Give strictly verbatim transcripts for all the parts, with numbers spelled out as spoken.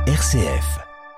R C F.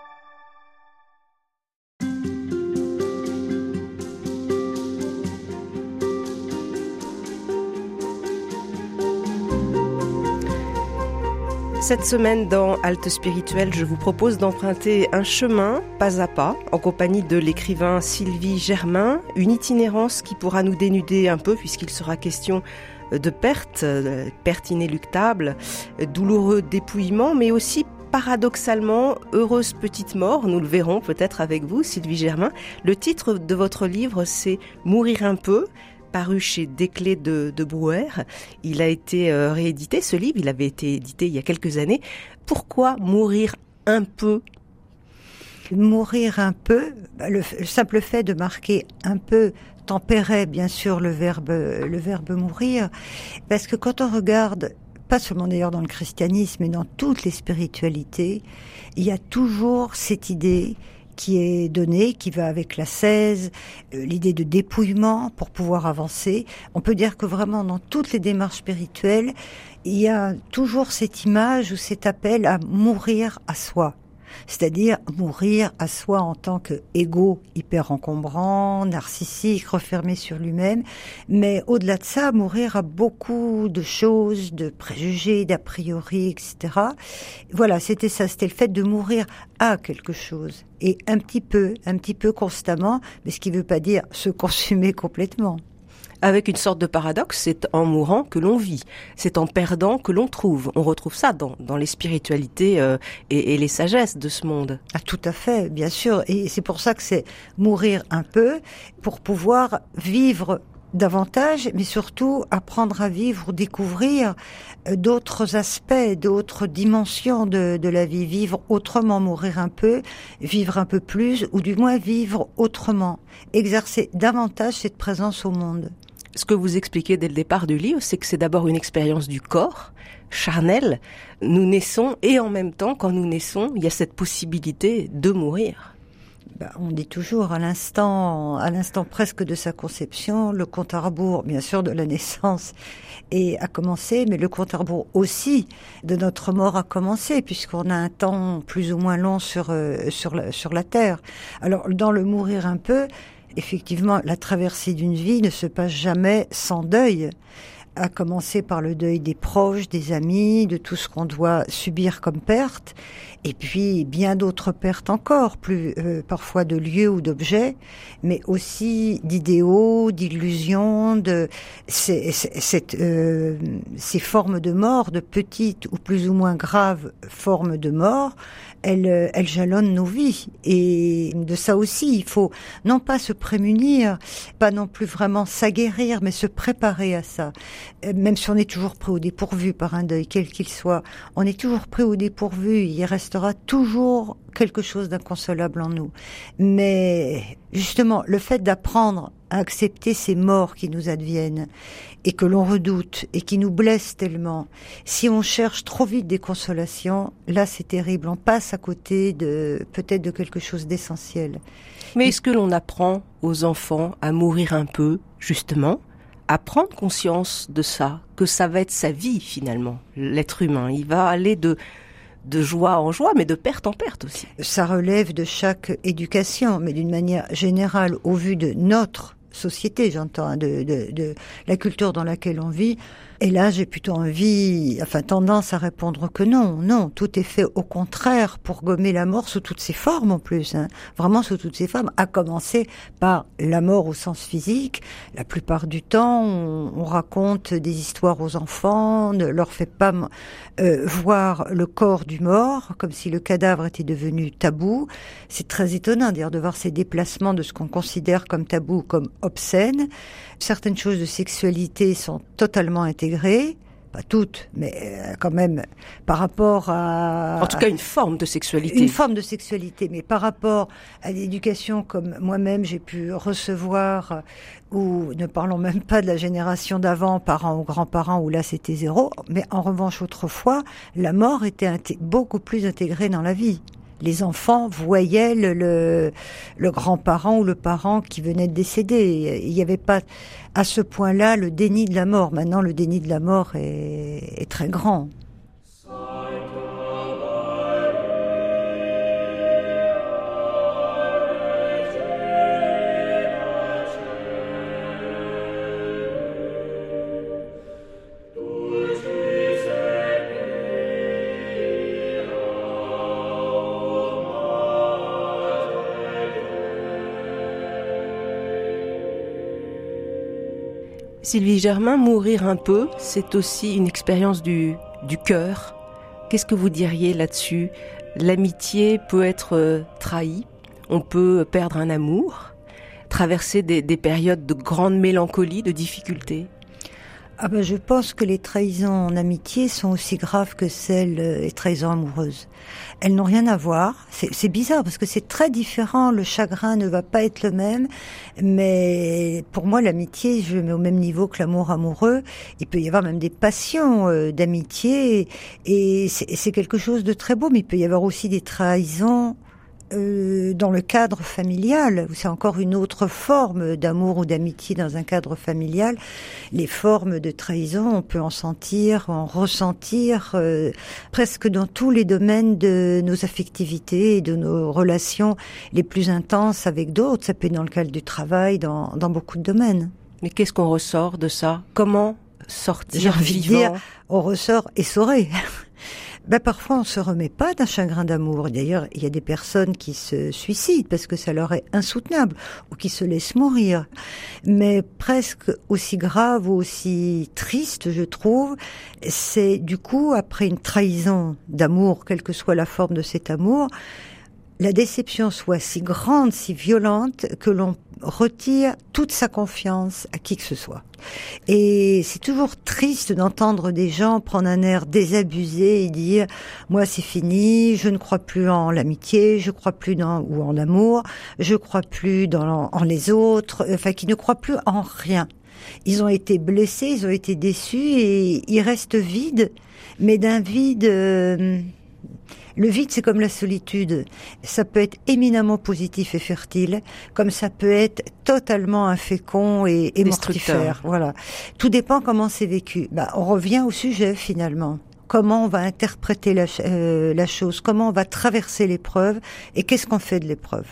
Cette semaine, dans Halte Spirituelle, je vous propose d'emprunter un chemin, pas à pas, en compagnie de l'écrivain Sylvie Germain, une itinérance qui pourra nous dénuder un peu, puisqu'il sera question de pertes, pertes inéluctables, douloureux dépouillements, mais aussi paradoxalement, heureuse petite mort. Nous le verrons peut-être avec vous, Sylvie Germain. Le titre de votre livre, c'est « Mourir un peu », paru chez Desclés de, de Brouwer. Il a été euh, réédité, ce livre, il avait été édité il y a quelques années. Pourquoi mourir un peu ? Mourir un peu, le, le simple fait de marquer un peu tempérait bien sûr le verbe, le verbe mourir, parce que quand on regarde, pas seulement d'ailleurs dans le christianisme, mais dans toutes les spiritualités, il y a toujours cette idée qui est donnée, qui va avec l'ascèse, euh, l'idée de dépouillement pour pouvoir avancer. On peut dire que vraiment dans toutes les démarches spirituelles, il y a toujours cette image ou cet appel à mourir à soi. C'est-à-dire mourir à soi en tant qu'égo hyper encombrant, narcissique, refermé sur lui-même. Mais au-delà de ça, mourir à beaucoup de choses, de préjugés, d'a priori, et cetera. Voilà, c'était ça, c'était le fait de mourir à quelque chose. Et un petit peu, un petit peu constamment, mais ce qui ne veut pas dire se consumer complètement. Avec une sorte de paradoxe, c'est en mourant que l'on vit, c'est en perdant que l'on trouve. On retrouve ça dans, dans les spiritualités euh, et, et les sagesses de ce monde. Ah, tout à fait, bien sûr. Et c'est pour ça que c'est mourir un peu pour pouvoir vivre davantage, mais surtout apprendre à vivre, découvrir d'autres aspects, d'autres dimensions de, de la vie, vivre autrement, mourir un peu, vivre un peu plus, ou du moins vivre autrement, exercer davantage cette présence au monde. Ce que vous expliquez dès le départ du livre, c'est que c'est d'abord une expérience du corps, charnelle. Nous naissons et en même temps, quand nous naissons, il y a cette possibilité de mourir. Ben, on dit toujours à l'instant, à l'instant presque de sa conception, le compte à rebours, bien sûr, de la naissance est à commencer, mais le compte à rebours aussi de notre mort a commencé, puisqu'on a un temps plus ou moins long sur euh, sur la, sur la terre. Alors, dans le mourir un peu, effectivement, la traversée d'une vie ne se passe jamais sans deuil, à commencer par le deuil des proches, des amis, de tout ce qu'on doit subir comme perte, et puis bien d'autres pertes encore, plus euh, parfois de lieux ou d'objets, mais aussi d'idéaux, d'illusions, de ces, ces, euh, ces formes de mort, de petites ou plus ou moins graves formes de mort, elles, elles jalonnent nos vies. Et de ça aussi, il faut non pas se prémunir, pas non plus vraiment s'aguerrir, mais se préparer à ça. Même si on est toujours pris au dépourvu par un deuil, quel qu'il soit, on est toujours pris au dépourvu, il restera toujours quelque chose d'inconsolable en nous. Mais justement, le fait d'apprendre à accepter ces morts qui nous adviennent et que l'on redoute et qui nous blessent tellement, si on cherche trop vite des consolations, là c'est terrible, on passe à côté de peut-être de quelque chose d'essentiel. Mais est-ce que l'on apprend aux enfants à mourir un peu, justement, à prendre conscience de ça, que ça va être sa vie finalement, l'être humain, il va aller de de joie en joie, mais de perte en perte aussi. Ça relève de chaque éducation, mais d'une manière générale, au vu de notre société, j'entends, de, de, de la culture dans laquelle on vit. Et là, j'ai plutôt envie, enfin tendance à répondre que non, non, tout est fait au contraire pour gommer la mort sous toutes ses formes en plus, hein, vraiment sous toutes ses formes, à commencer par la mort au sens physique. La plupart du temps, on, on raconte des histoires aux enfants, ne leur fait pas euh, voir le corps du mort, comme si le cadavre était devenu tabou. C'est très étonnant d'ailleurs de voir ces déplacements de ce qu'on considère comme tabou, comme obscène. Certaines choses de sexualité sont totalement intégrées, pas toutes, mais quand même par rapport à... En tout cas, une forme de sexualité. Une forme de sexualité, mais par rapport à l'éducation comme moi-même j'ai pu recevoir, ou ne parlons même pas de la génération d'avant, parents ou grands-parents, où là c'était zéro, mais en revanche autrefois, la mort était inté- beaucoup plus intégrée dans la vie. Les enfants voyaient le, le, le grand-parent ou le parent qui venait de décéder. Il n'y avait pas à ce point-là le déni de la mort. Maintenant, le déni de la mort est, est très grand. Sylvie Germain, mourir un peu, c'est aussi une expérience du, du cœur. Qu'est-ce que vous diriez là-dessus ? L'amitié peut être euh, trahie, on peut perdre un amour, traverser des, des périodes de grande mélancolie, de difficulté. Ah ben, je pense que les trahisons en amitié sont aussi graves que celles les trahisons amoureuses. Elles n'ont rien à voir. C'est, c'est bizarre parce que c'est très différent. Le chagrin ne va pas être le même. Mais pour moi, l'amitié, je le mets au même niveau que l'amour amoureux. Il peut y avoir même des passions euh, d'amitié et c'est, c'est quelque chose de très beau. Mais il peut y avoir aussi des trahisons Euh, dans le cadre familial, c'est encore une autre forme d'amour ou d'amitié dans un cadre familial. Les formes de trahison, on peut en sentir, en ressentir euh, presque dans tous les domaines de nos affectivités et de nos relations les plus intenses avec d'autres. Ça peut être dans le cadre du travail, dans, dans beaucoup de domaines. Mais qu'est-ce qu'on ressort de ça ? Comment sortir J'ai envie vivant ? de dire, on ressort essoré. Ben parfois on se remet pas d'un chagrin d'amour. D'ailleurs, il y a des personnes qui se suicident parce que ça leur est insoutenable ou qui se laissent mourir. Mais presque aussi grave ou aussi triste, je trouve, c'est du coup après une trahison d'amour, quelle que soit la forme de cet amour, la déception soit si grande, si violente que l'on retire toute sa confiance à qui que ce soit. Et c'est toujours triste d'entendre des gens prendre un air désabusé et dire « moi c'est fini, je ne crois plus en l'amitié, je crois plus dans ou en l'amour, je crois plus dans en les autres », enfin qui ne croient plus en rien. Ils ont été blessés, ils ont été déçus et ils restent vides, mais d'un vide... Euh, Le vide, c'est comme la solitude. Ça peut être éminemment positif et fertile, comme ça peut être totalement infécond et, et mortifère. Voilà. Tout dépend comment c'est vécu. Bah, on revient au sujet finalement. Comment on va interpréter la, euh, la chose, comment on va traverser l'épreuve et qu'est-ce qu'on fait de l'épreuve.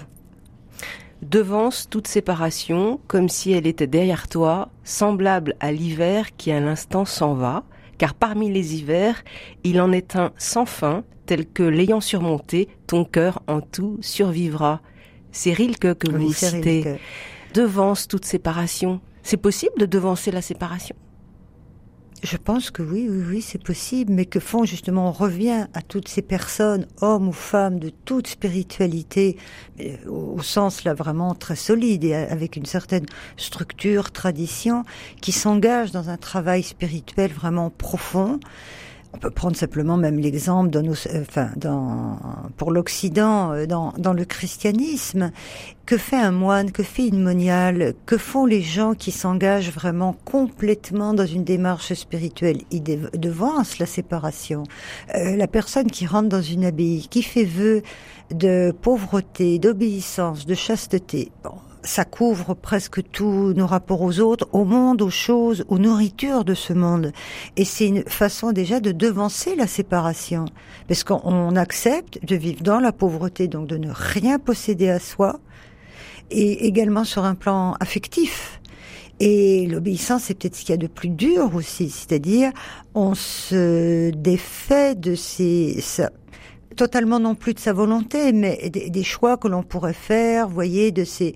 Devance toute séparation, comme si elle était derrière toi, semblable à l'hiver qui à l'instant s'en va, car parmi les hivers, il en est un sans fin, tel que l'ayant surmonté, ton cœur en tout survivra. C'est Rilke que vous oui, citez. Rilke. Devance toute séparation. C'est possible de devancer la séparation ? Je pense que oui, oui, oui, c'est possible, mais que font justement, on revient à toutes ces personnes, hommes ou femmes, de toute spiritualité, au, au sens là vraiment très solide et avec une certaine structure, tradition, qui s'engagent dans un travail spirituel vraiment profond. On peut prendre simplement même l'exemple dans nos, enfin, dans, pour l'Occident, dans, dans le christianisme. Que fait un moine, que fait une moniale, que font les gens qui s'engagent vraiment complètement dans une démarche spirituelle? Ils devancent la séparation. Euh, la personne qui rentre dans une abbaye, qui fait vœu de pauvreté, d'obéissance, de chasteté, bon, ça couvre presque tous nos rapports aux autres, au monde, aux choses, aux nourritures de ce monde. Et c'est une façon déjà de devancer la séparation. Parce qu'on accepte de vivre dans la pauvreté, donc de ne rien posséder à soi, et également sur un plan affectif. Et l'obéissance, c'est peut-être ce qu'il y a de plus dur aussi, c'est-à-dire on se défait de ces... Ça, totalement non plus de sa volonté, mais des, des choix que l'on pourrait faire, vous voyez, de ces...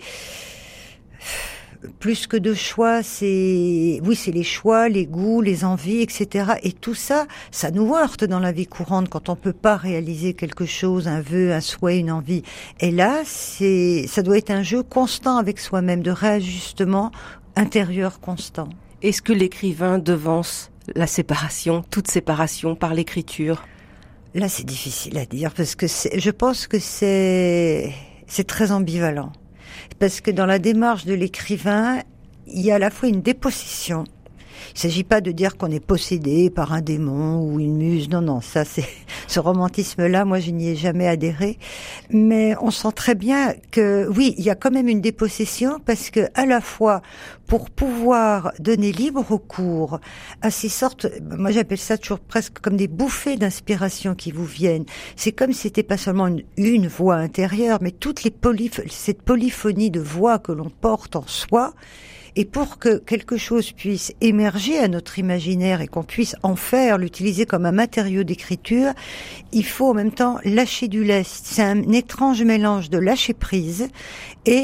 Plus que de choix, c'est... Oui, c'est les choix, les goûts, les envies, et cetera. Et tout ça, ça nous heurte dans la vie courante quand on peut pas réaliser quelque chose, un vœu, un souhait, une envie. Et là, c'est, ça doit être un jeu constant avec soi-même, de réajustement intérieur constant. Est-ce que l'écrivain devance la séparation, toute séparation par l'écriture ? Là, c'est difficile à dire parce que c'est, je pense que c'est, c'est très ambivalent. Parce que dans la démarche de l'écrivain, il y a à la fois une dépossession. Il s'agit pas de dire qu'on est possédé par un démon ou une muse. Non, non, ça, c'est, ce romantisme-là, moi, je n'y ai jamais adhéré. Mais on sent très bien que, oui, il y a quand même une dépossession parce que, à la fois, pour pouvoir donner libre cours à ces sortes, moi, j'appelle ça toujours presque comme des bouffées d'inspiration qui vous viennent. C'est comme si c'était pas seulement une, une voix intérieure, mais toutes les polyph- cette polyphonie de voix que l'on porte en soi. Et pour que quelque chose puisse émerger à notre imaginaire et qu'on puisse en faire, l'utiliser comme un matériau d'écriture, il faut en même temps lâcher du lest. C'est un étrange mélange de lâcher prise et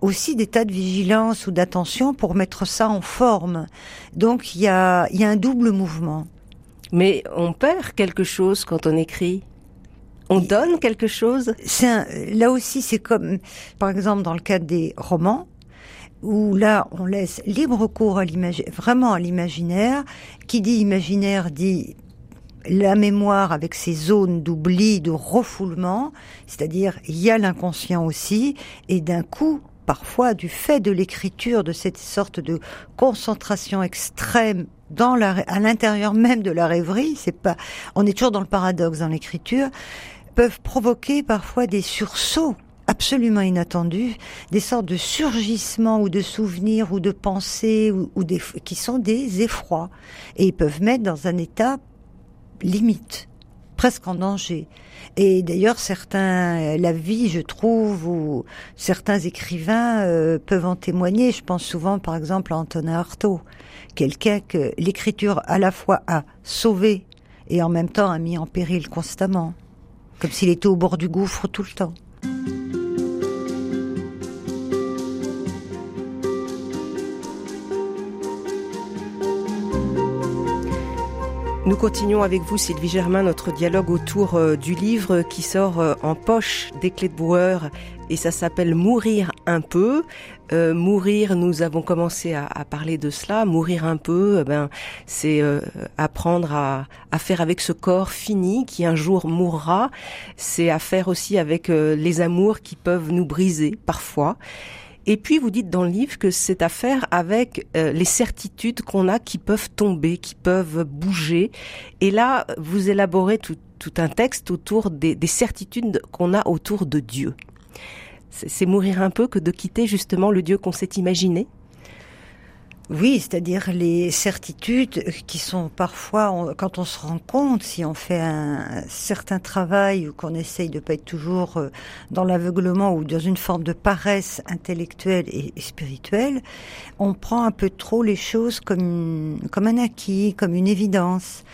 aussi d'état de vigilance ou d'attention pour mettre ça en forme. Donc il y a, il y a un double mouvement. Mais on perd quelque chose quand on écrit. On donne quelque chose. C'est un, là aussi, c'est comme, par exemple, dans le cadre des romans, où là, on laisse libre cours à l'imaginaire, vraiment à l'imaginaire. Qui dit imaginaire dit la mémoire avec ses zones d'oubli, de refoulement, c'est-à-dire il y a l'inconscient aussi, et d'un coup, parfois, du fait de l'écriture, de cette sorte de concentration extrême dans la, à l'intérieur même de la rêverie, c'est pas, on est toujours dans le paradoxe dans l'écriture, peuvent provoquer parfois des sursauts absolument inattendus, des sortes de surgissements ou de souvenirs ou de pensées ou, ou des, qui sont des effrois, et ils peuvent mettre dans un état limite, presque en danger. Et d'ailleurs, certains, la vie, je trouve, ou certains écrivains euh, peuvent en témoigner. Je pense souvent, par exemple, à Antonin Artaud, quelqu'un que l'écriture à la fois a sauvé et en même temps a mis en péril constamment, comme s'il était au bord du gouffre tout le temps. Nous continuons avec vous, Sylvie Germain, notre dialogue autour euh, du livre qui sort euh, en poche des Clés de Brouwer, et ça s'appelle « Mourir un peu ». Euh, mourir, nous avons commencé à, à parler de cela. Mourir un peu, eh ben, c'est euh, apprendre à, à faire avec ce corps fini qui un jour mourra. C'est à faire aussi avec euh, les amours qui peuvent nous briser parfois. Et puis vous dites dans le livre que c'est à faire avec euh, les certitudes qu'on a qui peuvent tomber, qui peuvent bouger. Et là, vous élaborez tout, tout un texte autour des, des certitudes qu'on a autour de Dieu. C'est, c'est mourir un peu que de quitter justement le Dieu qu'on s'est imaginé. Oui, c'est-à-dire les certitudes qui sont parfois, quand on se rend compte, si on fait un certain travail ou qu'on essaye de pas être toujours dans l'aveuglement ou dans une forme de paresse intellectuelle et spirituelle, on prend un peu trop les choses comme, comme un acquis, comme une évidence.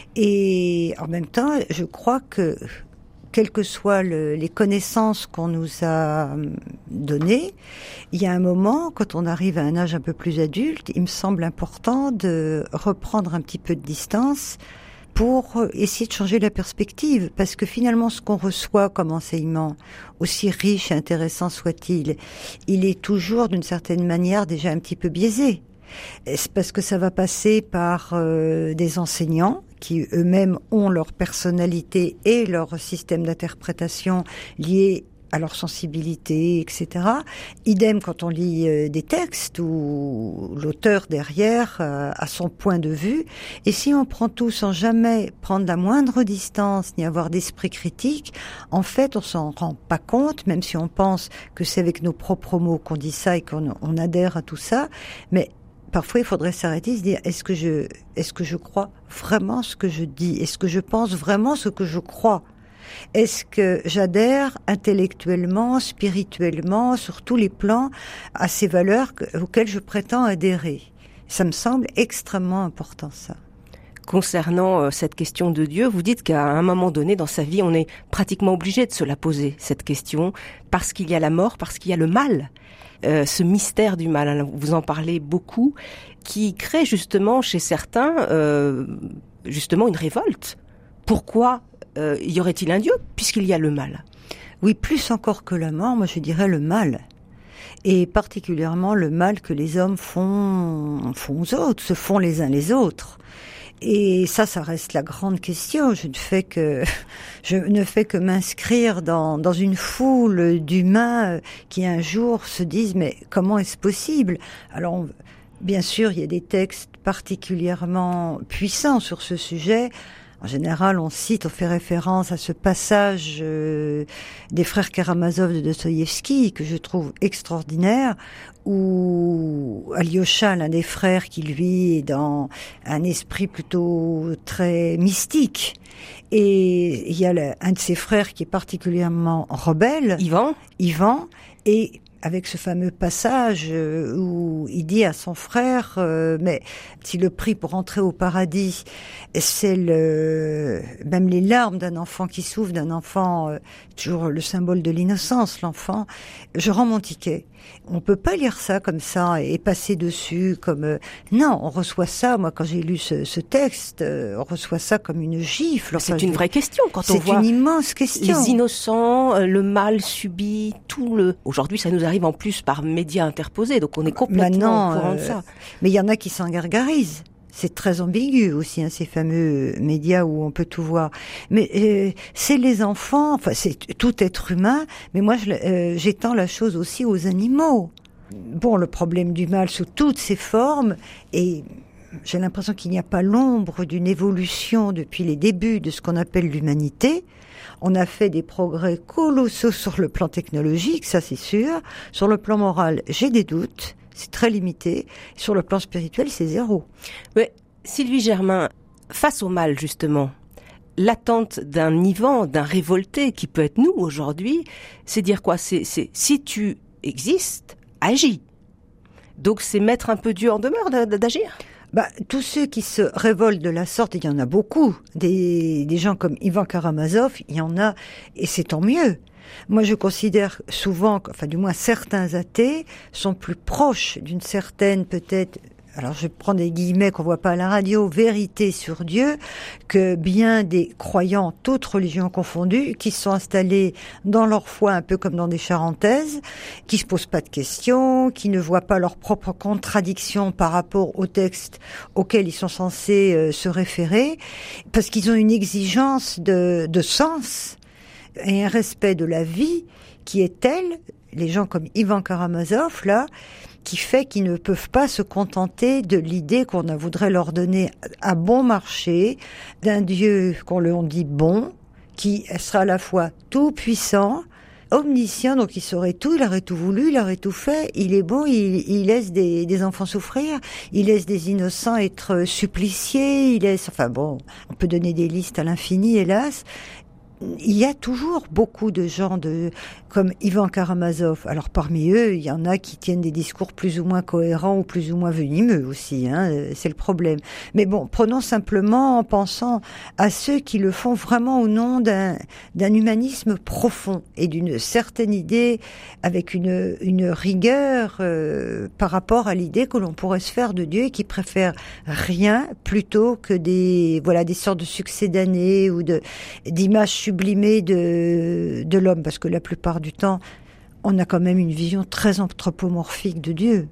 Et en même temps, je crois que quelles que soient le, les connaissances qu'on nous a données, il y a un moment, quand on arrive à un âge un peu plus adulte, il me semble important de reprendre un petit peu de distance pour essayer de changer la perspective. Parce que finalement, ce qu'on reçoit comme enseignement, aussi riche et intéressant soit-il, il est toujours d'une certaine manière déjà un petit peu biaisé. C'est parce que ça va passer par euh, des enseignants qui eux-mêmes ont leur personnalité et leur système d'interprétation lié à leur sensibilité, et cetera. Idem quand on lit euh, des textes où l'auteur derrière euh, a son point de vue. Et si on prend tout sans jamais prendre la moindre distance ni avoir d'esprit critique, en fait, on s'en rend pas compte, même si on pense que c'est avec nos propres mots qu'on dit ça et qu'on on adhère à tout ça. Mais parfois, il faudrait s'arrêter et se dire, est-ce que je, est-ce que je crois vraiment ce que je dis? Est-ce que je pense vraiment ce que je crois? Est-ce que j'adhère intellectuellement, spirituellement, sur tous les plans, à ces valeurs que, auxquelles je prétends adhérer? Ça me semble extrêmement important, ça. Concernant euh, cette question de Dieu, vous dites qu'à un moment donné dans sa vie, on est pratiquement obligé de se la poser, cette question, parce qu'il y a la mort, parce qu'il y a le mal. Euh, ce mystère du mal, hein, vous en parlez beaucoup, qui crée justement chez certains euh, justement une révolte. Pourquoi euh, y aurait-il un Dieu puisqu'il y a le mal? Oui, plus encore que la mort, moi je dirais le mal. Et particulièrement le mal que les hommes font, font aux autres, se font les uns les autres. Et ça, ça reste la grande question. Je ne fais que, je ne fais que m'inscrire dans, dans une foule d'humains qui un jour se disent, mais comment est-ce possible? Alors, on, bien sûr, il y a des textes particulièrement puissants sur ce sujet. En général, on cite, on fait référence à ce passage euh, des frères Karamazov de Dostoïevski, que je trouve extraordinaire, où Alyosha, l'un des frères, qui lui est dans un esprit plutôt très mystique, et il y a le, un de ses frères qui est particulièrement rebelle, Ivan, Ivan, et avec ce fameux passage euh, où il dit à son frère euh, mais si le prix pour entrer au paradis c'est le même les larmes d'un enfant qui souffre, d'un enfant euh, toujours le symbole de l'innocence, l'enfant, je rends mon ticket. On peut pas lire ça comme ça et passer dessus comme euh, non, on reçoit ça. Moi, quand j'ai lu ce, ce texte, euh, on reçoit ça comme une gifle. Enfin, c'est je... une vraie question quand on voit c'est une immense question. Les innocents, euh, le mal subi, tout le. Aujourd'hui, ça nous arrive en plus par médias interposés, donc on est complètement Maintenant, au courant euh, de ça. Mais il y en a qui s'en gargarisent. C'est très ambigu aussi, hein, ces fameux médias où on peut tout voir. Mais euh, c'est les enfants, enfin c'est tout être humain. Mais moi, je, euh, j'étends la chose aussi aux animaux. Bon, le problème du mal sous toutes ses formes, et j'ai l'impression qu'il n'y a pas l'ombre d'une évolution depuis les débuts de ce qu'on appelle l'humanité. On a fait des progrès colossaux sur le plan technologique, ça c'est sûr. Sur le plan moral, j'ai des doutes. C'est très limité. Sur le plan spirituel, c'est zéro. Mais Sylvie Germain, face au mal, justement, l'attente d'un Ivan, d'un révolté, qui peut être nous aujourd'hui, c'est dire quoi ? C'est, c'est si tu existes, agis. Donc c'est mettre un peu Dieu en demeure d'agir. Bah, tous ceux qui se révoltent de la sorte, il y en a beaucoup. Des, des gens comme Ivan Karamazov, il y en a, et c'est tant mieux. Moi, je considère souvent, enfin, du moins certains athées sont plus proches d'une certaine, peut-être, alors je prends des guillemets qu'on voit pas à la radio, vérité sur Dieu, que bien des croyants, toutes religions confondues, qui sont installés dans leur foi un peu comme dans des charentaises, qui se posent pas de questions, qui ne voient pas leurs propres contradictions par rapport au texte auquel ils sont censés euh, se référer, parce qu'ils ont une exigence de, de sens et un respect de la vie qui est tel, les gens comme Ivan Karamazov, là, qui fait qu'ils ne peuvent pas se contenter de l'idée qu'on voudrait leur donner à bon marché, d'un Dieu qu'on leur dit bon, qui sera à la fois tout puissant, omniscient, donc il saurait tout, il aurait tout voulu, il aurait tout fait, il est bon, il, il laisse des, des enfants souffrir, il laisse des innocents être suppliciés, il laisse, enfin bon, on peut donner des listes à l'infini, hélas. Il y a toujours beaucoup de gens de, comme Ivan Karamazov. Alors parmi eux, il y en a qui tiennent des discours plus ou moins cohérents ou plus ou moins venimeux aussi, hein, c'est le problème. Mais bon, prenons simplement en pensant à ceux qui le font vraiment au nom d'un, d'un humanisme profond et d'une certaine idée avec une, une rigueur euh, par rapport à l'idée que l'on pourrait se faire de Dieu et qui préfèrent rien plutôt que des, voilà, des sortes de succès d'années ou de, d'images sublimé de, de l'homme, parce que la plupart du temps, on a quand même une vision très anthropomorphique de Dieu.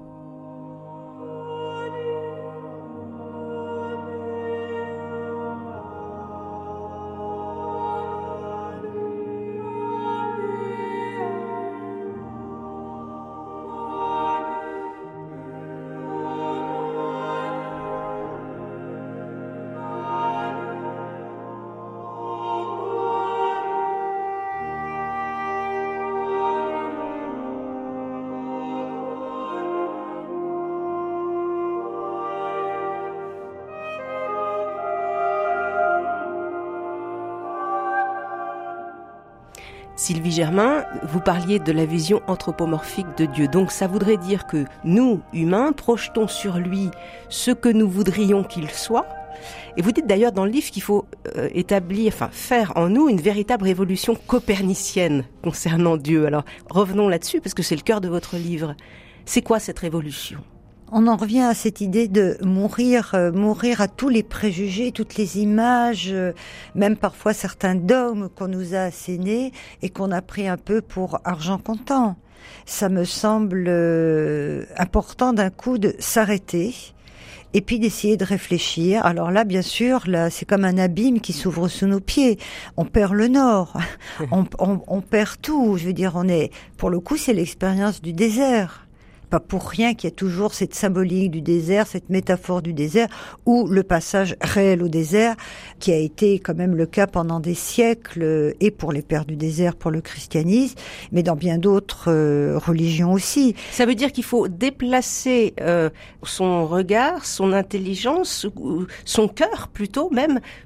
Sylvie Germain, vous parliez de la vision anthropomorphique de Dieu. Donc ça voudrait dire que nous, humains, projetons sur lui ce que nous voudrions qu'il soit. Et vous dites d'ailleurs dans le livre qu'il faut euh, établir, enfin faire en nous une véritable révolution copernicienne concernant Dieu. Alors revenons là-dessus parce que c'est le cœur de votre livre. C'est quoi cette révolution ? On en revient à cette idée de mourir, euh, mourir à tous les préjugés, toutes les images, euh, même parfois certains dogmes qu'on nous a assénés et qu'on a pris un peu pour argent comptant. Ça me semble euh, important d'un coup de s'arrêter et puis d'essayer de réfléchir. Alors là, bien sûr, là, c'est comme un abîme qui s'ouvre sous nos pieds. On perd le nord, on, on, on perd tout. Je veux dire, on est, pour le coup, c'est l'expérience du désert. Pas pour rien qu'il y a toujours cette symbolique du désert, cette métaphore du désert, ou le passage réel au désert, qui a été quand même le cas pendant des siècles, et pour les pères du désert, pour le christianisme, mais dans bien d'autres euh, religions aussi. Ça veut dire qu'il faut déplacer euh, son regard, son intelligence, son cœur plutôt même,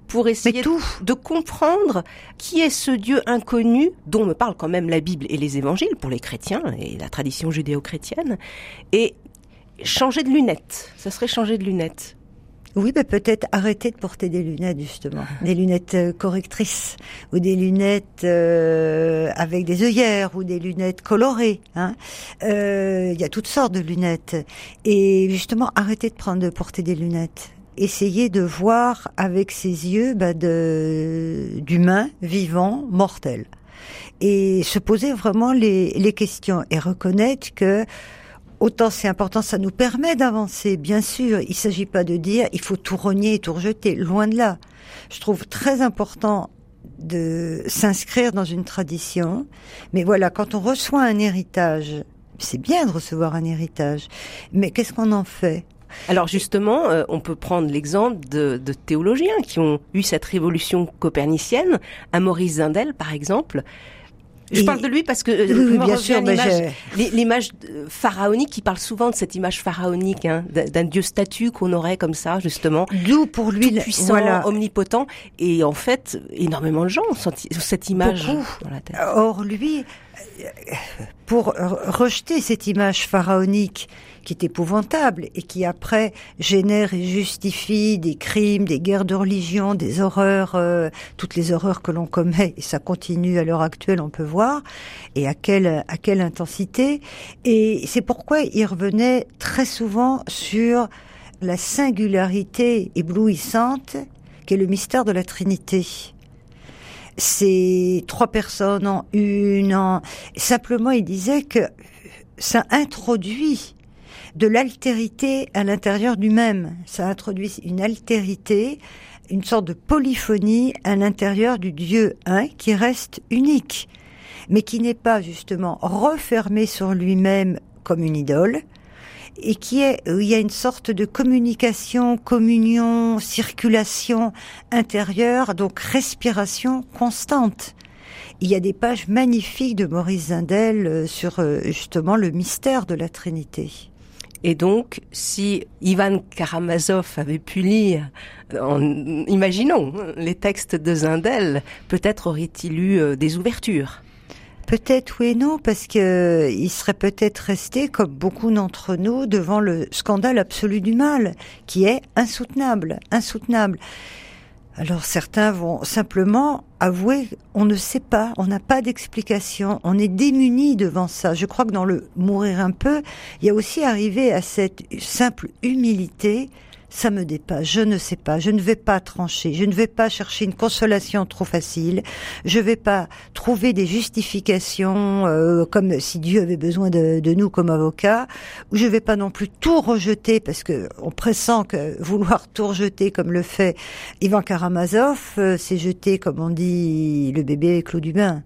pour essayer de comprendre qui est ce Dieu inconnu dont me parle quand même la Bible et les évangiles pour les chrétiens et la tradition judéo-chrétienne, et changer de lunettes. Ça serait changer de lunettes. Oui, mais peut-être arrêter de porter des lunettes, justement. Des lunettes euh, correctrices, ou des lunettes euh, avec des œillères, ou des lunettes colorées. Hein. Euh, il y a toutes sortes de lunettes. Et justement, arrêter de prendre, de porter des lunettes. Essayer de voir avec ses yeux bah, de, d'humain, vivant, mortel. Et se poser vraiment les, les questions. Et reconnaître que autant c'est important, ça nous permet d'avancer, bien sûr. Il s'agit pas de dire il faut tout renier et tout rejeter, loin de là. Je trouve très important de s'inscrire dans une tradition, mais voilà, quand on reçoit un héritage, c'est bien de recevoir un héritage, mais qu'est-ce qu'on en fait ? Alors justement, euh, on peut prendre l'exemple de, de théologiens qui ont eu cette révolution copernicienne, Maurice Zindel par exemple. Je et parle de lui parce que oui, oui, bien sûr, l'image, l'image pharaonique, il parle souvent de cette image pharaonique, hein, d'un dieu statue qu'on aurait comme ça, justement. D'où pour lui, tout puissant, voilà. Omnipotent. Et en fait, énormément de gens ont cette image Beaucoup. Dans la tête. Or lui, pour rejeter cette image pharaonique qui est épouvantable et qui après génère et justifie des crimes, des guerres de religion, des horreurs, euh, toutes les horreurs que l'on commet, et ça continue à l'heure actuelle, on peut voir, et à quelle à quelle intensité. Et c'est pourquoi il revenait très souvent sur la singularité éblouissante qu'est le mystère de la Trinité. C'est trois personnes en une, en... simplement il disait que ça introduit de l'altérité à l'intérieur du même. Ça introduit une altérité, une sorte de polyphonie à l'intérieur du Dieu un qui reste unique, mais qui n'est pas justement refermé sur lui-même comme une idole, et qui est, où il y a une sorte de communication, communion, circulation intérieure, donc respiration constante. Il y a des pages magnifiques de Maurice Zindel sur justement le mystère de la Trinité. Et donc, si Ivan Karamazov avait pu lire, en, imaginons, les textes de Zindel, peut-être aurait-il eu des ouvertures. Peut-être oui et non, parce que il serait peut-être resté, comme beaucoup d'entre nous, devant le scandale absolu du mal, qui est insoutenable, insoutenable. Alors certains vont simplement avouer, on ne sait pas, on n'a pas d'explication, on est démunis devant ça. Je crois que dans le mourir un peu, il y a aussi arrivé à cette simple humilité. Ça me dépasse, je ne sais pas, je ne vais pas trancher, je ne vais pas chercher une consolation trop facile, je ne vais pas trouver des justifications euh, comme si Dieu avait besoin de, de nous comme avocats, ou je ne vais pas non plus tout rejeter parce que on pressent que vouloir tout rejeter comme le fait Ivan Karamazov, euh, c'est jeter, comme on dit, le bébé avec l'eau du bain.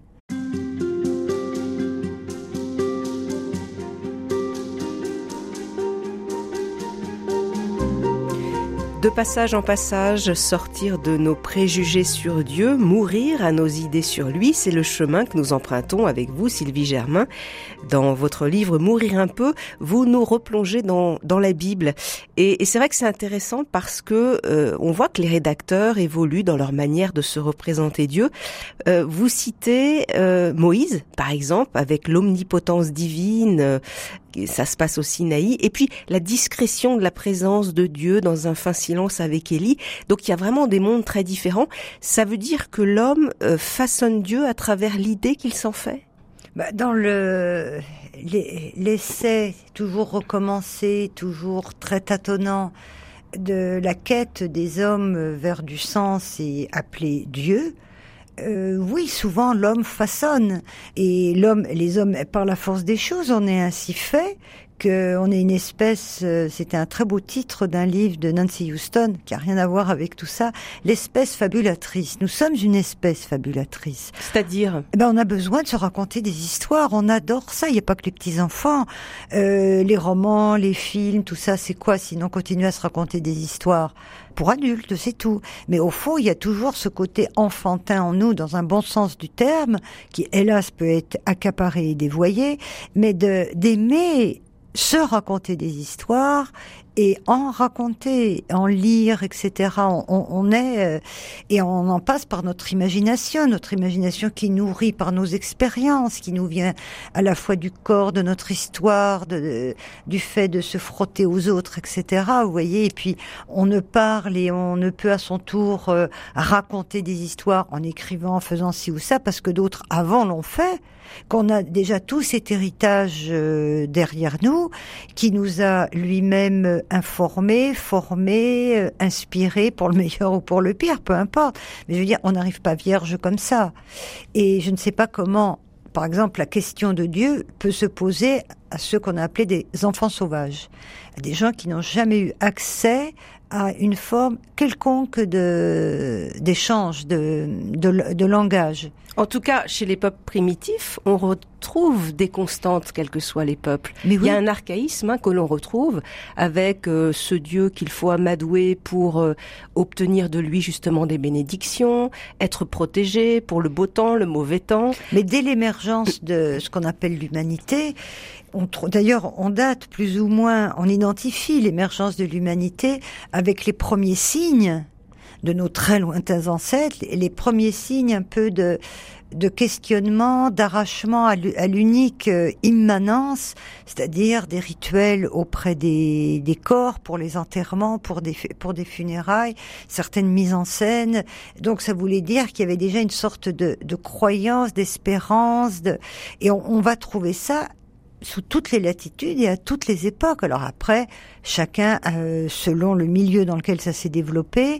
De passage en passage, sortir de nos préjugés sur Dieu, mourir à nos idées sur lui, c'est le chemin que nous empruntons avec vous, Sylvie Germain. Dans votre livre « Mourir un peu », vous nous replongez dans, dans la Bible. Et, et c'est vrai que c'est intéressant parce que euh, on voit que les rédacteurs évoluent dans leur manière de se représenter Dieu. Euh, vous citez euh, Moïse, par exemple, avec l'omnipotence divine, euh, ça se passe au Sinaï, et puis la discrétion de la présence de Dieu dans un fin silence avec Élie. Donc il y a vraiment des mondes très différents. Ça veut dire que l'homme euh, façonne Dieu à travers l'idée qu'il s'en fait ? Bah, dans le l'essai toujours recommencé, toujours très tâtonnant de la quête des hommes vers du sens et appelé Dieu, euh, oui, souvent l'homme façonne et l'homme, les hommes, par la force des choses, on est ainsi fait qu'on est une espèce, euh, c'était un très beau titre d'un livre de Nancy Houston, qui a rien à voir avec tout ça, l'espèce fabulatrice. Nous sommes une espèce fabulatrice. C'est-à-dire eh ben, on a besoin de se raconter des histoires, on adore ça, il n'y a pas que les petits-enfants, euh, les romans, les films, tout ça, c'est quoi sinon continuer à se raconter des histoires pour adultes, c'est tout. Mais au fond, il y a toujours ce côté enfantin en nous, dans un bon sens du terme, qui hélas peut être accaparé et dévoyé, mais de d'aimer se raconter des histoires et en raconter, en lire, et cetera. On, on, on est euh, et on en passe par notre imagination, notre imagination qui nourrit par nos expériences, qui nous vient à la fois du corps, de notre histoire, de, de, du fait de se frotter aux autres, et cetera. Vous voyez, et puis on ne parle et on ne peut à son tour euh, raconter des histoires en écrivant, en faisant ci ou ça, parce que d'autres avant l'ont fait. Qu'on a déjà tout cet héritage euh, derrière nous, qui nous a lui-même informés, formés, euh, inspirés, pour le meilleur ou pour le pire, peu importe. Mais je veux dire, on n'arrive pas vierge comme ça. Et je ne sais pas comment, par exemple, la question de Dieu peut se poser à ceux qu'on a appelés des enfants sauvages, à des gens qui n'ont jamais eu accès à une forme quelconque de d'échange, de, de de langage. En tout cas, chez les peuples primitifs, on retrouve des constantes, quels que soient les peuples. Mais oui. Il y a un archaïsme hein, que l'on retrouve avec euh, ce Dieu qu'il faut amadouer pour euh, obtenir de lui justement des bénédictions, être protégé pour le beau temps, le mauvais temps. Mais dès l'émergence de ce qu'on appelle l'humanité, on, d'ailleurs, on date plus ou moins, on identifie l'émergence de l'humanité avec les premiers signes de nos très lointains ancêtres, les premiers signes un peu de, de questionnement, d'arrachement à l'unique immanence, c'est-à-dire des rituels auprès des, des corps pour les enterrements, pour des, pour des funérailles, certaines mises en scène. Donc ça voulait dire qu'il y avait déjà une sorte de, de croyance, d'espérance, de, et on, on va trouver ça sous toutes les latitudes et à toutes les époques. Alors après, chacun, euh, selon le milieu dans lequel ça s'est développé,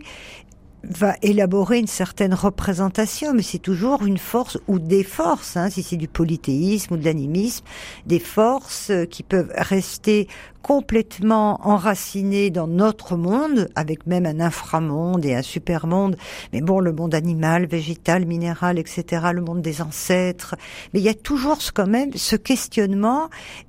va élaborer une certaine représentation, mais c'est toujours une force ou des forces, hein, si c'est du polythéisme ou de l'animisme, des forces qui peuvent rester complètement enracinées dans notre monde, avec même un inframonde et un supermonde, mais bon, le monde animal, végétal, minéral, et cetera, le monde des ancêtres, mais il y a toujours quand même ce questionnement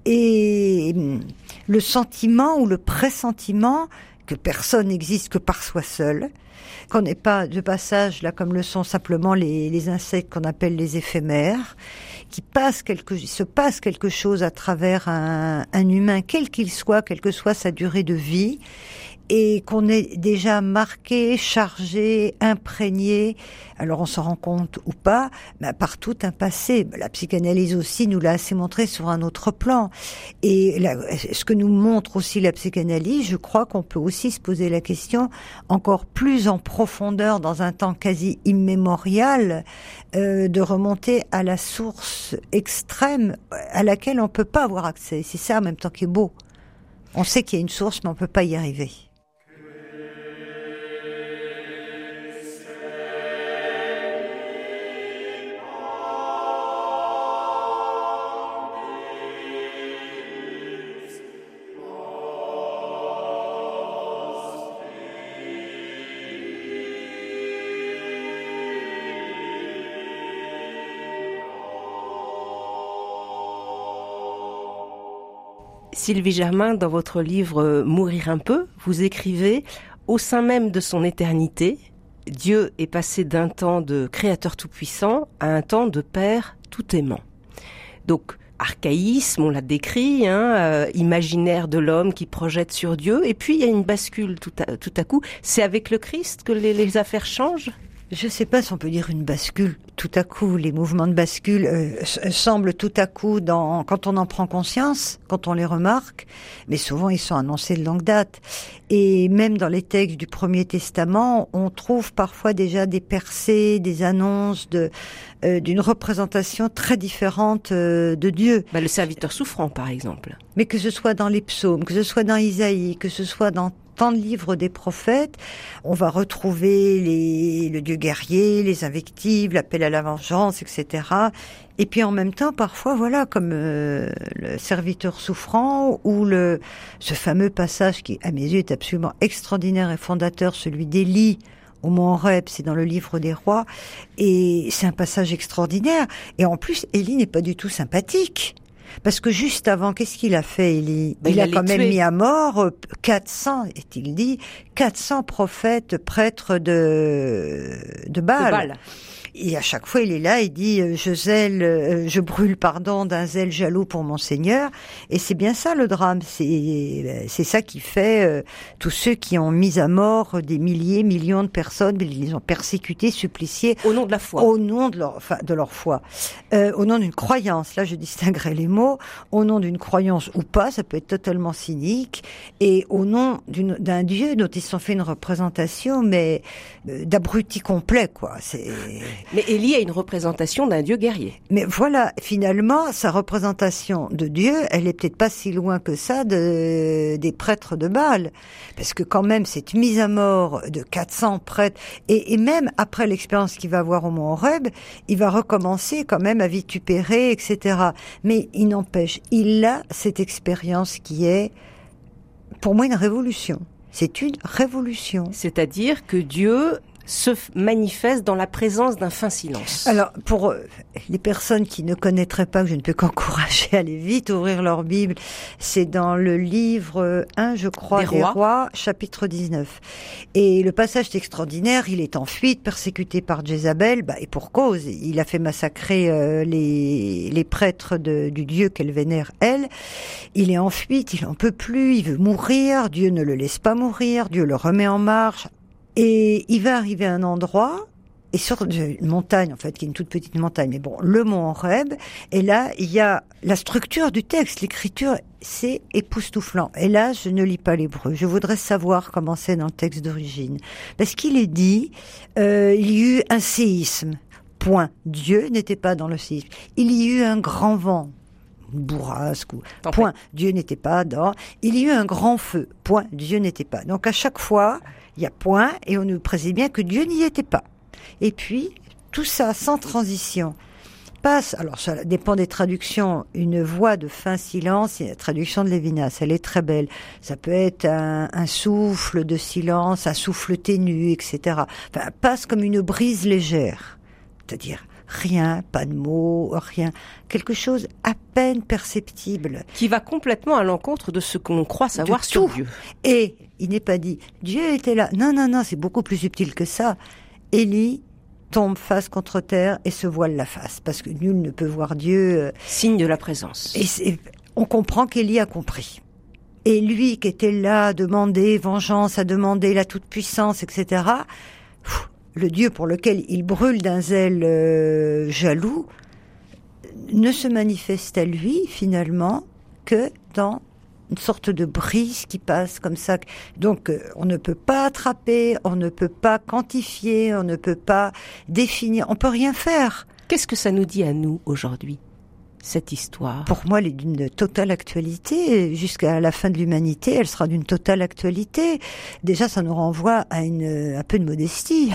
et le sentiment ou le pressentiment que personne n'existe que par soi seul, qu'on n'est pas de passage là comme le sont simplement les, les insectes qu'on appelle les éphémères, qui passe quelque, se passe quelque chose à travers un, un humain, quel qu'il soit, quelle que soit sa durée de vie, et qu'on est déjà marqué, chargé, imprégné, alors on s'en rend compte ou pas, mais par tout un passé. La psychanalyse aussi nous l'a assez montré sur un autre plan. Et la, ce que nous montre aussi la psychanalyse, je crois qu'on peut aussi se poser la question encore plus en profondeur dans un temps quasi immémorial, euh, de remonter à la source extrême à laquelle on peut pas avoir accès. C'est ça en même temps qui est beau. On sait qu'il y a une source, mais on peut pas y arriver. Sylvie Germain, dans votre livre « Mourir un peu », vous écrivez « Au sein même de son éternité, Dieu est passé d'un temps de créateur tout-puissant à un temps de père tout-aimant. » Donc, archaïsme, on l'a décrit, hein, euh, imaginaire de l'homme qui projette sur Dieu, et puis il y a une bascule tout à, tout à coup. C'est avec le Christ que les, les affaires changent ? Je ne sais pas si on peut dire une bascule. Tout à coup, les mouvements de bascule euh, semblent tout à coup, dans, quand on en prend conscience, quand on les remarque, mais souvent ils sont annoncés de longue date. Et même dans les textes du Premier Testament, on trouve parfois déjà des percées, des annonces de euh, d'une représentation très différente euh, de Dieu. Bah, le serviteur souffrant, par exemple. Mais que ce soit dans les psaumes, que ce soit dans Isaïe, que ce soit dans tant de livres des prophètes, on va retrouver les, le Dieu guerrier, les invectives, l'appel à la vengeance, et cetera. Et puis en même temps, parfois, voilà, comme euh, le serviteur souffrant ou le ce fameux passage qui, à mes yeux, est absolument extraordinaire et fondateur, celui d'Élie au mont Horeb, c'est dans le livre des rois, et c'est un passage extraordinaire. Et en plus, Élie n'est pas du tout sympathique. Parce que juste avant, qu'est-ce qu'il a fait, Élie ? Ben, il, il a a quand même tués. mis à mort quatre cents, est-il dit, quatre cents prophètes, prêtres de, de Baal. De Baal. Et à chaque fois, il est là, il dit euh, je zèle, euh, je brûle, pardon, d'un zèle jaloux pour mon Seigneur. Et c'est bien ça le drame. C'est c'est ça qui fait euh, tous ceux qui ont mis à mort des milliers, millions de personnes, ils les ont persécutés, suppliciés au nom de la foi, au nom de leur, enfin, de leur foi, euh, au nom d'une croyance. Là, je distinguerai les mots. Au nom d'une croyance ou pas, ça peut être totalement cynique. Et au nom d'une, d'un Dieu dont ils se sont fait une représentation, mais euh, d'abruti complet, quoi. C'est. Mais Élie a une représentation d'un Dieu guerrier. Mais voilà, finalement, sa représentation de Dieu, elle est peut-être pas si loin que ça de, des prêtres de Baal. Parce que quand même, cette mise à mort de quatre cents prêtres, et, et même après l'expérience qu'il va avoir au Mont Horeb, il va recommencer quand même à vitupérer, et cetera. Mais il n'empêche, il a cette expérience qui est, pour moi, une révolution. C'est une révolution. C'est-à-dire que Dieu se manifeste dans la présence d'un fin silence. Alors, pour euh, les personnes qui ne connaîtraient pas, que je ne peux qu'encourager à aller vite ouvrir leur Bible, c'est dans le livre un, je crois, des, des rois. rois, chapitre dix-neuf. Et le passage est extraordinaire, il est en fuite, persécuté par Jézabel, bah, et pour cause, il a fait massacrer euh, les, les prêtres de, du Dieu qu'elle vénère, elle. Il est en fuite, il en peut plus, il veut mourir, Dieu ne le laisse pas mourir, Dieu le remet en marche. Et il va arriver à un endroit, et sur une montagne, en fait, qui est une toute petite montagne, mais bon, le mont Horeb, et là, il y a la structure du texte, l'écriture, c'est époustouflant. Et là, je ne lis pas l'hébreu. Je voudrais savoir comment c'est dans le texte d'origine. Parce qu'il est dit, euh, il y a eu un séisme. Point. Dieu n'était pas dans le séisme. Il y a eu un grand vent. Bourrasque ou point. Dieu n'était pas dans. Il y a eu un grand feu. Point. Dieu n'était pas. Donc à chaque fois, il y a point et on nous précise bien que Dieu n'y était pas. Et puis tout ça sans transition passe. Alors ça dépend des traductions. Une voix de fin silence, c'est la traduction de Lévinas. Elle est très belle. Ça peut être un, un souffle de silence, un souffle ténu, et cetera. Enfin, passe comme une brise légère. C'est-à-dire rien, pas de mots, rien. Quelque chose à peine perceptible. Qui va complètement à l'encontre de ce qu'on croit savoir de sur tout. Dieu. Et il n'est pas dit, Dieu était là. Non, non, non, c'est beaucoup plus subtil que ça. Élie tombe face contre terre et se voile la face. Parce que nul ne peut voir Dieu. Signe de la présence. Et c'est, on comprend qu'Élie a compris. Et lui qui était là à demander vengeance, à demander la toute-puissance, et cetera, pff, le Dieu pour lequel il brûle d'un zèle euh, jaloux, ne se manifeste à lui, finalement, que dans une sorte de brise qui passe comme ça. Donc, euh, on ne peut pas attraper, on ne peut pas quantifier, on ne peut pas définir, on peut rien faire. Qu'est-ce que ça nous dit à nous, aujourd'hui, cette histoire? Pour moi, elle est d'une totale actualité. Jusqu'à la fin de l'humanité, elle sera d'une totale actualité. Déjà, ça nous renvoie à une, un peu de modestie.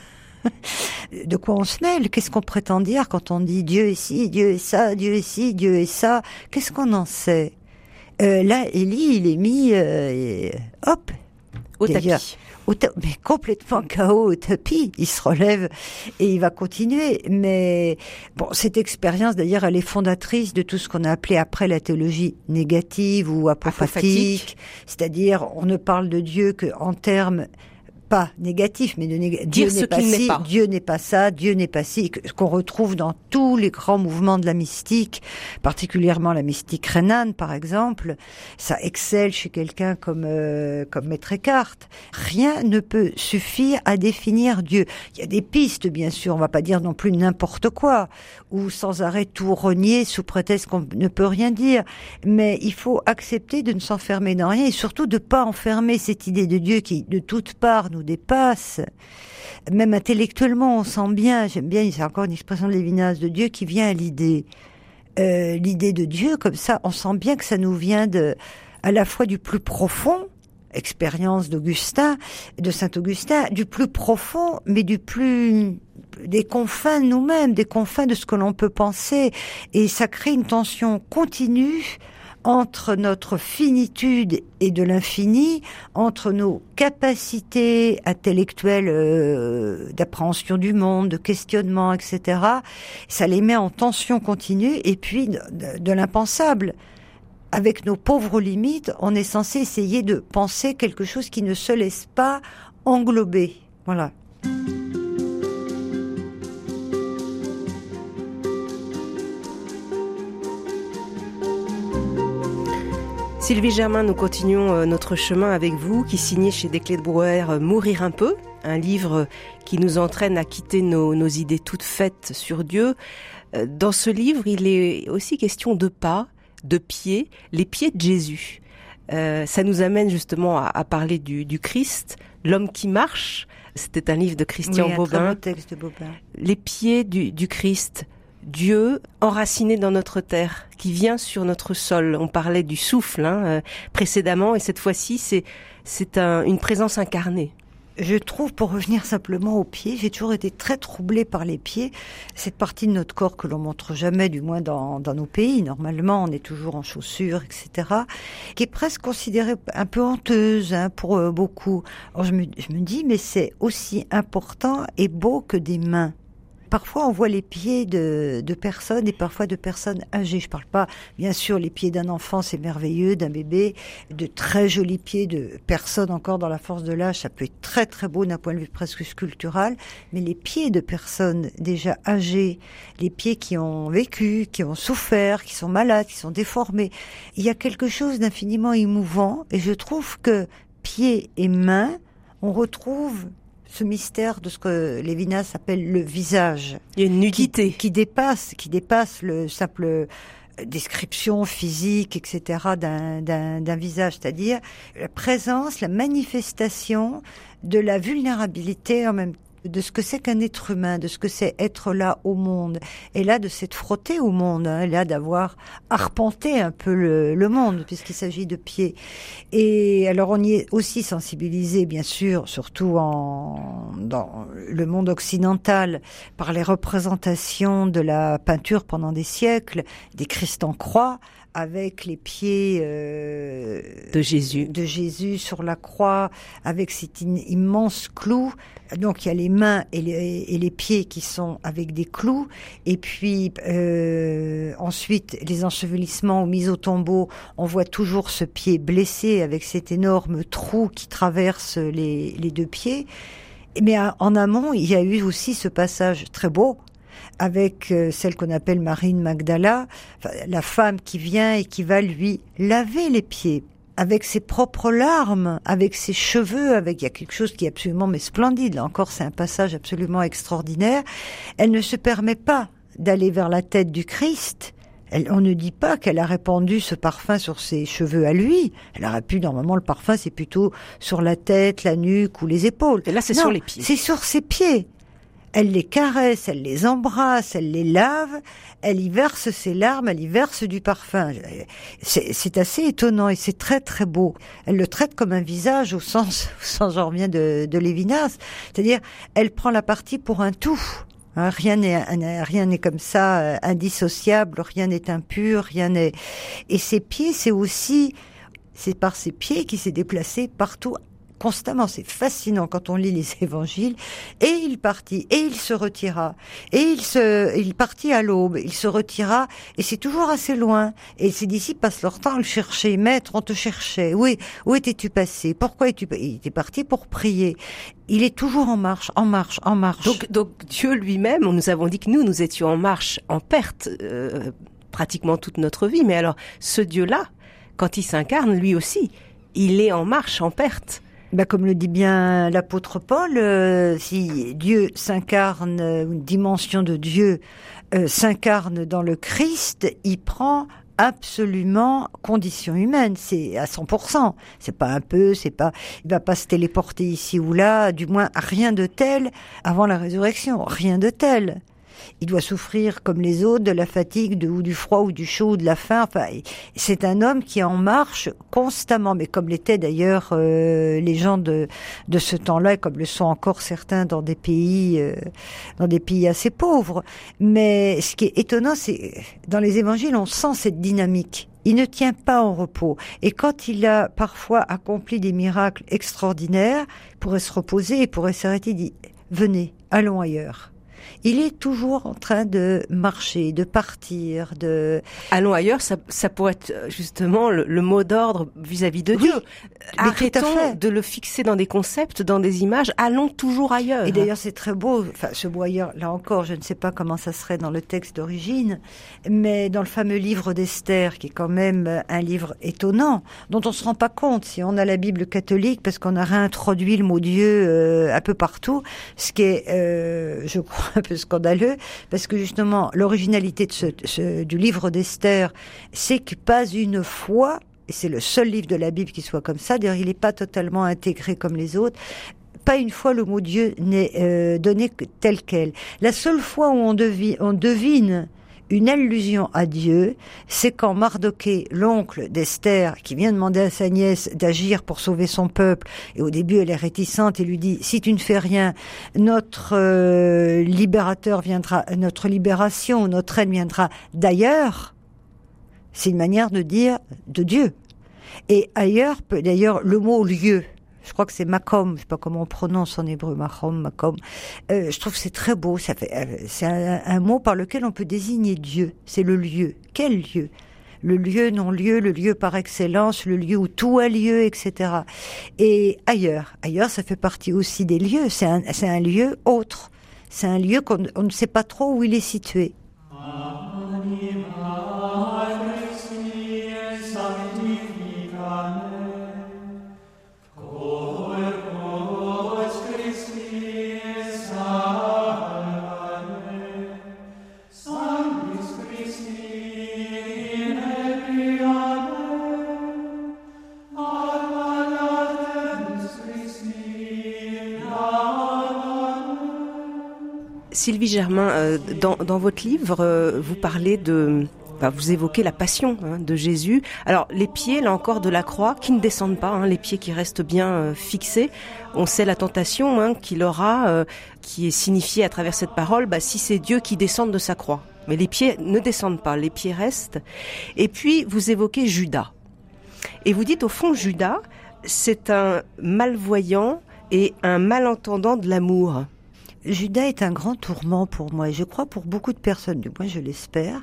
De quoi on se mêle? Qu'est-ce qu'on prétend dire quand on dit Dieu est ci, Dieu est ça, Dieu est ci, Dieu est ça? Qu'est-ce qu'on en sait? euh, Là, Élie, il est mis, euh, hop, au tapis. Au ta- mais complètement K O au tapis. Il se relève et il va continuer. Mais bon, cette expérience, d'ailleurs, elle est fondatrice de tout ce qu'on a appelé après la théologie négative ou apophatique. apophatique. C'est-à-dire, on ne parle de Dieu qu'en termes pas négatif, mais de négatif. Dieu n'est pas ci, Dieu n'est pas ça, Dieu n'est pas ci, ce qu'on retrouve dans tous les grands mouvements de la mystique, particulièrement la mystique rhénane, par exemple. Ça excelle chez quelqu'un comme euh, comme Maître Eckhart. Rien ne peut suffire à définir Dieu. Il y a des pistes, bien sûr, on va pas dire non plus n'importe quoi, ou sans arrêt tout renier sous prétexte qu'on ne peut rien dire. Mais il faut accepter de ne s'enfermer dans rien et surtout de pas enfermer cette idée de Dieu qui, de toutes parts, nous dépasse. Même intellectuellement, on sent bien, j'aime bien, c'est encore une expression de Lévinas, de Dieu qui vient à l'idée. Euh, l'idée de Dieu, comme ça, on sent bien que ça nous vient de, à la fois du plus profond, expérience d'Augustin, de Saint-Augustin, du plus profond, mais du plus, des confins de nous-mêmes, des confins de ce que l'on peut penser. Et ça crée une tension continue entre notre finitude et de l'infini, entre nos capacités intellectuelles euh, d'appréhension du monde, de questionnement, et cetera. Ça les met en tension continue, et puis de, de, de l'impensable. Avec nos pauvres limites, on est censé essayer de penser quelque chose qui ne se laisse pas englober. Voilà. Sylvie Germain, nous continuons notre chemin avec vous, qui signez chez Desclés de Brouwer « Mourir un peu », un livre qui nous entraîne à quitter nos, nos idées toutes faites sur Dieu. Dans ce livre, il est aussi question de pas, de pieds, les pieds de Jésus. Euh, ça nous amène justement à, à parler du, du Christ, l'homme qui marche. C'était un livre de Christian oui, un Bobin. Très beau texte de Bobin. Les pieds du, du Christ. Dieu enraciné dans notre terre, qui vient sur notre sol. On parlait du souffle hein, euh, précédemment, et cette fois-ci, c'est, c'est un, une présence incarnée. Je trouve, pour revenir simplement aux pieds, j'ai toujours été très troublée par les pieds, cette partie de notre corps que l'on montre jamais, du moins dans, dans nos pays. Normalement, on est toujours en chaussures, et cetera, qui est presque considérée un peu honteuse hein, pour euh, beaucoup. Alors je me, je me dis, mais c'est aussi important et beau que des mains. Parfois, on voit les pieds de, de personnes et parfois de personnes âgées. Je parle pas, bien sûr, les pieds d'un enfant, c'est merveilleux, d'un bébé, de très jolis pieds de personnes encore dans la force de l'âge, ça peut être très très beau d'un point de vue presque sculptural, mais les pieds de personnes déjà âgées, les pieds qui ont vécu, qui ont souffert, qui sont malades, qui sont déformés, il y a quelque chose d'infiniment émouvant et je trouve que pieds et mains, on retrouve ce mystère de ce que Lévinas appelle le visage. Il y a une nudité. Qui, qui dépasse, qui dépasse le simple description physique, et cetera d'un, d'un, d'un visage. C'est-à-dire la présence, la manifestation de la vulnérabilité en même temps, de ce que c'est qu'un être humain, de ce que c'est être là au monde, et là de s'être frotté au monde, hein, là d'avoir arpenté un peu le, le monde, puisqu'il s'agit de pieds. Et alors on y est aussi sensibilisé, bien sûr, surtout en, dans le monde occidental, par les représentations de la peinture pendant des siècles, des Christ en croix, avec les pieds euh, de Jésus, de Jésus sur la croix, avec cet immense clou. Donc il y a les mains et les, et les pieds qui sont avec des clous, et puis euh, ensuite les ensevelissements ou mises au tombeau. On voit toujours ce pied blessé avec cet énorme trou qui traverse les, les deux pieds. Mais en amont, il y a eu aussi ce passage très beau, avec euh, celle qu'on appelle Marie de Magdala, la femme qui vient et qui va lui laver les pieds avec ses propres larmes, avec ses cheveux, avec il y a quelque chose qui est absolument mais splendide. Là encore, c'est un passage absolument extraordinaire. Elle ne se permet pas d'aller vers la tête du Christ. Elle, on ne dit pas qu'elle a répandu ce parfum sur ses cheveux à lui. Elle aurait pu, normalement, le parfum, c'est plutôt sur la tête, la nuque ou les épaules. Et là, c'est non, sur les pieds. C'est sur ses pieds. Elle les caresse, elle les embrasse, elle les lave, elle y verse ses larmes, elle y verse du parfum. C'est, c'est assez étonnant et c'est très très beau. Elle le traite comme un visage au sens, au sens j'en reviens de, de Lévinas. C'est-à-dire, elle prend la partie pour un tout. Hein, rien n'est, rien n'est comme ça euh, indissociable, rien n'est impur, rien n'est. Et ses pieds, c'est aussi, c'est par ses pieds qu'il s'est déplacé partout. Constamment, c'est fascinant quand on lit les évangiles. Et il partit, et il se retira, et il se, il partit à l'aube, il se retira, et c'est toujours assez loin. Et ses disciples passent leur temps à le chercher. Maître, on te cherchait. Oui, où étais-tu passé? Pourquoi es-tu passé? Il était parti pour prier. Il est toujours en marche, en marche, en marche. Donc, donc Dieu lui-même, nous avons dit que nous, nous étions en marche, en perte, euh, pratiquement toute notre vie. Mais alors, ce Dieu-là, quand il s'incarne, lui aussi, il est en marche, en perte. Ben, comme le dit bien l'apôtre Paul, euh, si Dieu s'incarne, une dimension de Dieu euh, s'incarne dans le Christ, il prend absolument condition humaine, c'est à cent pour cent. C'est pas un peu, c'est pas, il va pas se téléporter ici ou là, du moins rien de tel avant la résurrection, rien de tel. Il doit souffrir comme les autres de la fatigue, de, ou du froid, ou du chaud, ou de la faim. Enfin, c'est un homme qui est en marche constamment, mais comme l'étaient d'ailleurs euh, les gens de de ce temps-là, et comme le sont encore certains dans des pays euh, dans des pays assez pauvres. Mais ce qui est étonnant, c'est dans les évangiles, on sent cette dynamique. Il ne tient pas en repos. Et quand il a parfois accompli des miracles extraordinaires, il pourrait se reposer, il pourrait s'arrêter, il dit « Venez, allons ailleurs ». Il est toujours en train de marcher, de partir, de... Allons ailleurs, ça, ça pourrait être justement le, le mot d'ordre vis-à-vis de oui, Dieu. Arrêtons de le fixer dans des concepts, dans des images, allons toujours ailleurs. Et d'ailleurs, c'est très beau, enfin, ce mot ailleurs, là encore, je ne sais pas comment ça serait dans le texte d'origine, mais dans le fameux livre d'Esther, qui est quand même un livre étonnant, dont on se rend pas compte si on a la Bible catholique, parce qu'on a réintroduit le mot Dieu euh, un peu partout, ce qui est, euh, je crois, un peu scandaleux, parce que justement, l'originalité de ce, ce, du livre d'Esther, c'est que pas une fois, et c'est le seul livre de la Bible qui soit comme ça, d'ailleurs il n'est pas totalement intégré comme les autres, pas une fois le mot Dieu n'est euh, donné tel quel. La seule fois où on devine, on devine une allusion à Dieu, c'est quand Mardoché, l'oncle d'Esther, qui vient demander à sa nièce d'agir pour sauver son peuple, et au début elle est réticente et lui dit « Si tu ne fais rien, notre euh, libérateur viendra, notre libération, notre aide viendra d'ailleurs », c'est une manière de dire de Dieu. Et ailleurs, d'ailleurs, le mot « lieu », je crois que c'est makom, je sais pas comment on prononce en hébreu, makom, makom. Euh, je trouve que c'est très beau. Ça fait, euh, c'est un, un mot par lequel on peut désigner Dieu. C'est le lieu. Quel lieu? Le lieu, non-lieu, le lieu par excellence, le lieu où tout a lieu, et cetera. Et ailleurs, ailleurs, ça fait partie aussi des lieux. C'est un, c'est un lieu autre. C'est un lieu qu'on on ne sait pas trop où il est situé. Sylvie Germain, euh, dans, dans votre livre, euh, vous parlez de... Bah, vous évoquez la passion hein, de Jésus. Alors, les pieds, là encore, de la croix, qui ne descendent pas, hein, les pieds qui restent bien euh, fixés. On sait la tentation hein, qu'il aura, euh, qui est signifiée à travers cette parole, bah, si c'est Dieu qui descend de sa croix. Mais les pieds ne descendent pas, les pieds restent. Et puis, vous évoquez Judas. Et vous dites, au fond, Judas, c'est un malvoyant et un malentendant de l'amour. Judas est un grand tourment pour moi, et je crois pour beaucoup de personnes, du moins je l'espère.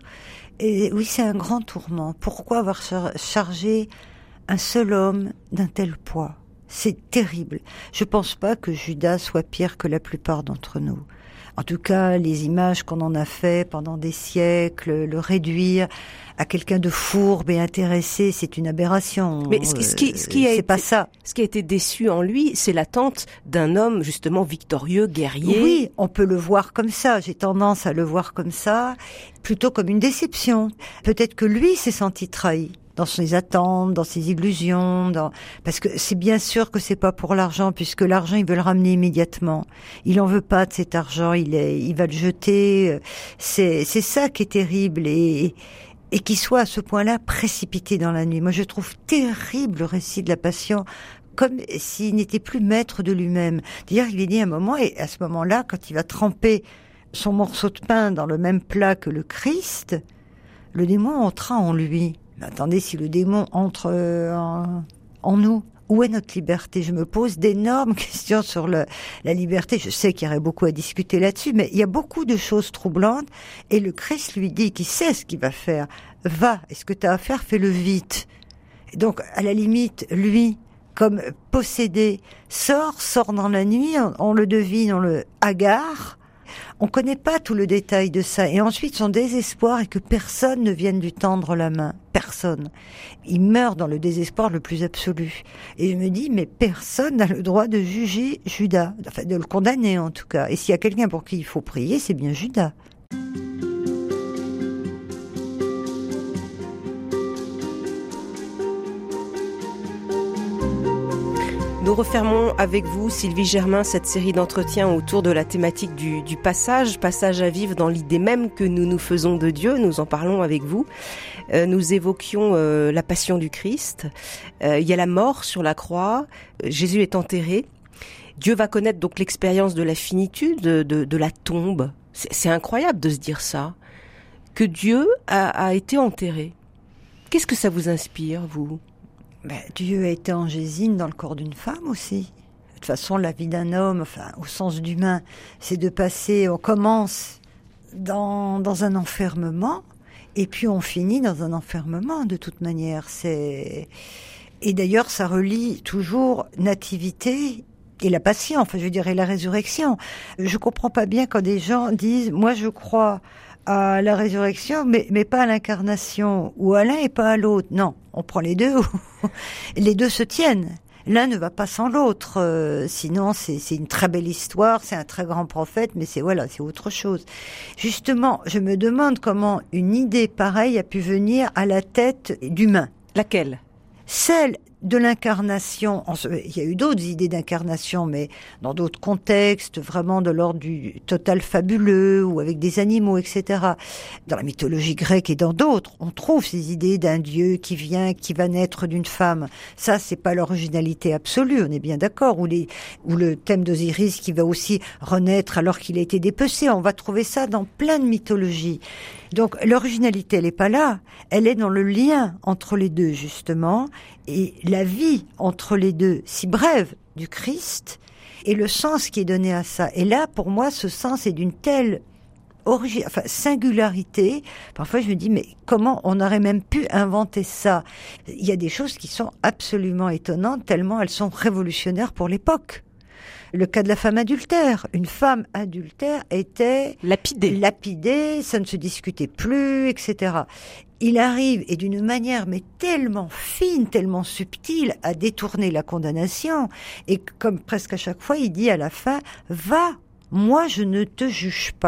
Et oui, c'est un grand tourment. Pourquoi avoir char- chargé un seul homme d'un tel poids? C'est terrible. Je pense pas que Judas soit pire que la plupart d'entre nous. En tout cas, les images qu'on en a fait pendant des siècles, le réduire à quelqu'un de fourbe et intéressé, c'est une aberration. Mais ce, ce qui, ce qui a c'est été, pas ça. Ce qui a été déçu en lui, c'est l'attente d'un homme justement victorieux, guerrier. Oui, on peut le voir comme ça. J'ai tendance à le voir comme ça, plutôt comme une déception. Peut-être que lui s'est senti trahi dans ses attentes, dans ses illusions, dans... parce que c'est bien sûr que c'est pas pour l'argent, puisque l'argent il veut le ramener immédiatement. Il en veut pas de cet argent, il est, il va le jeter. C'est, c'est ça qui est terrible et et qu'il soit à ce point-là précipité dans la nuit. Moi, je trouve terrible le récit de la Passion, comme s'il n'était plus maître de lui-même. D'ailleurs, il est dit à un moment, et à ce moment-là, quand il va tremper son morceau de pain dans le même plat que le Christ, le démon entra en lui. Mais attendez, si le démon entre euh, en, en nous, où est notre liberté? Je me pose d'énormes questions sur le, la liberté. Je sais qu'il y aurait beaucoup à discuter là-dessus, mais il y a beaucoup de choses troublantes. Et le Christ lui dit qu'il sait ce qu'il va faire. Va, est-ce que tu as à faire, fais-le vite. Et donc, à la limite, lui, comme possédé, sort, sort dans la nuit, on, on le devine, on le hagare. On connaît pas tout le détail de ça. Et ensuite, son désespoir est que personne ne vienne lui tendre la main. Personne. Il meurt dans le désespoir le plus absolu. Et je me dis, mais personne n'a le droit de juger Judas. Enfin, de le condamner, en tout cas. Et s'il y a quelqu'un pour qui il faut prier, c'est bien Judas. Nous refermons avec vous, Sylvie Germain, cette série d'entretiens autour de la thématique du, du passage, passage à vivre dans l'idée même que nous nous faisons de Dieu. Nous en parlons avec vous. Euh, nous évoquions euh, la passion du Christ. Euh, il y a la mort sur la croix. Euh, Jésus est enterré. Dieu va connaître donc l'expérience de la finitude, de, de, de la tombe. C'est, c'est incroyable de se dire ça, que Dieu a, a été enterré. Qu'est-ce que ça vous inspire, vous ? Ben, Dieu a été angésine dans le corps d'une femme aussi. toute façon, la vie d'un homme, enfin, au sens d'humain, c'est de passer, on commence dans, dans un enfermement, et puis on finit dans un enfermement, de toute manière. C'est, et d'ailleurs, ça relie toujours nativité et la passion, enfin, je dirais la résurrection. Je comprends pas bien quand des gens disent, moi, je crois à la résurrection, mais, mais pas à l'incarnation, ou à l'un et pas à l'autre. Non, on prend les deux, les deux se tiennent. L'un ne va pas sans l'autre, euh, sinon c'est, c'est une très belle histoire, c'est un très grand prophète, mais c'est voilà, c'est autre chose. Justement, je me demande comment une idée pareille a pu venir à la tête d'humains. Laquelle ? Celle de l'incarnation. Il y a eu d'autres idées d'incarnation, mais dans d'autres contextes, vraiment de l'ordre du total fabuleux, ou avec des animaux, et cetera. Dans la mythologie grecque et dans d'autres, on trouve ces idées d'un dieu qui vient, qui va naître d'une femme. Ça, c'est pas l'originalité absolue, on est bien d'accord. Ou les, ou le thème d'Osiris qui va aussi renaître alors qu'il a été dépecé. On va trouver ça dans plein de mythologies. Donc l'originalité, elle est pas là, elle est dans le lien entre les deux justement, et la vie entre les deux, si brève, du Christ, et le sens qui est donné à ça. Et là, pour moi, ce sens est d'une telle origine, enfin singularité. Parfois, je me dis, mais comment on aurait même pu inventer ça ? Il y a des choses qui sont absolument étonnantes, tellement elles sont révolutionnaires pour l'époque. Le cas de la femme adultère. Une femme adultère était lapidée. lapidée, ça ne se discutait plus, et cetera. Il arrive, et d'une manière mais tellement fine, tellement subtile, à détourner la condamnation. Et comme presque à chaque fois, il dit à la fin, « Va, moi je ne te juge pas ».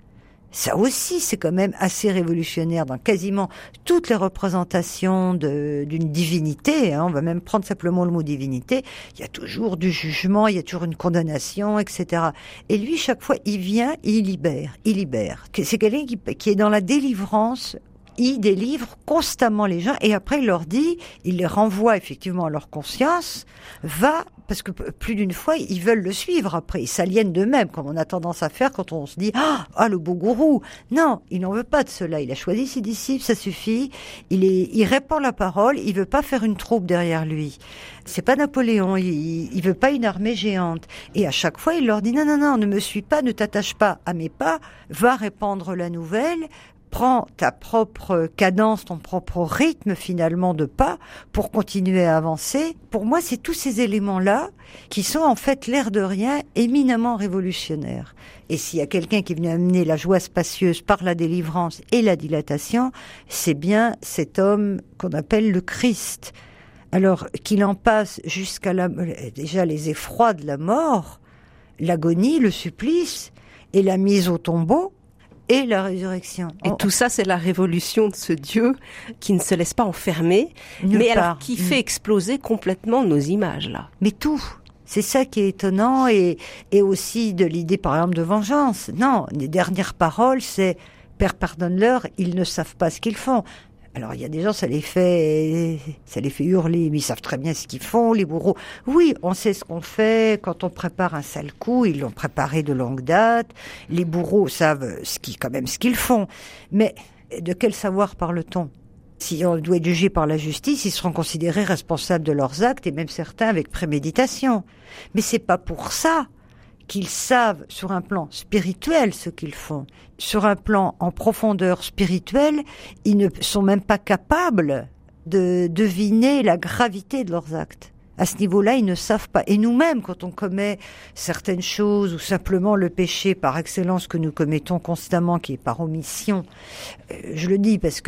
Ça aussi, c'est quand même assez révolutionnaire dans quasiment toutes les représentations de, d'une divinité. Hein, on va même prendre simplement le mot divinité. Il y a toujours du jugement, il y a toujours une condamnation, et cetera. Et lui, chaque fois, il vient, il libère, il libère. C'est quelqu'un qui, qui est dans la délivrance. Il délivre constamment les gens et après il leur dit, il les renvoie effectivement à leur conscience, va, parce que plus d'une fois ils veulent le suivre après, ils s'aliènent d'eux-mêmes comme on a tendance à faire quand on se dit ah, ah le beau gourou. Non, il n'en veut pas de cela, il a choisi ses disciples, ça suffit, il est, il répand la parole, il veut pas faire une troupe derrière lui. C'est pas Napoléon, il, il veut pas une armée géante. Et à chaque fois il leur dit non non non, ne me suis pas, ne t'attache pas à mes pas, va répandre la nouvelle. Prends ta propre cadence, ton propre rythme finalement de pas pour continuer à avancer. Pour moi, c'est tous ces éléments-là qui sont en fait l'air de rien éminemment révolutionnaires. Et s'il y a quelqu'un qui est venu amener la joie spacieuse par la délivrance et la dilatation, c'est bien cet homme qu'on appelle le Christ. Alors qu'il en passe jusqu'à la, déjà les effrois de la mort, l'agonie, le supplice et la mise au tombeau, et la résurrection. Et oh. Tout ça, c'est la révolution de ce Dieu qui ne se laisse pas enfermer, Nulle mais part. Alors qui fait exploser complètement nos images, là. Mais tout. C'est ça qui est étonnant, et, et aussi de l'idée, par exemple, de vengeance. Non, les dernières paroles, c'est « Père, pardonne-leur, ils ne savent pas ce qu'ils font ». Alors, il y a des gens, ça les fait, ça les fait hurler, mais ils savent très bien ce qu'ils font, les bourreaux. Oui, on sait ce qu'on fait quand on prépare un sale coup, ils l'ont préparé de longue date. Les bourreaux savent ce qui, quand même, ce qu'ils font. Mais de quel savoir parle-t-on ? Si on doit être jugé par la justice, ils seront considérés responsables de leurs actes, et même certains avec préméditation. Mais c'est pas pour ça qu'ils savent sur un plan spirituel ce qu'ils font. Sur un plan en profondeur spirituelle, ils ne sont même pas capables de deviner la gravité de leurs actes. À ce niveau-là, ils ne savent pas. Et nous-mêmes, quand on commet certaines choses, ou simplement le péché par excellence que nous commettons constamment, qui est par omission, euh, je le dis parce que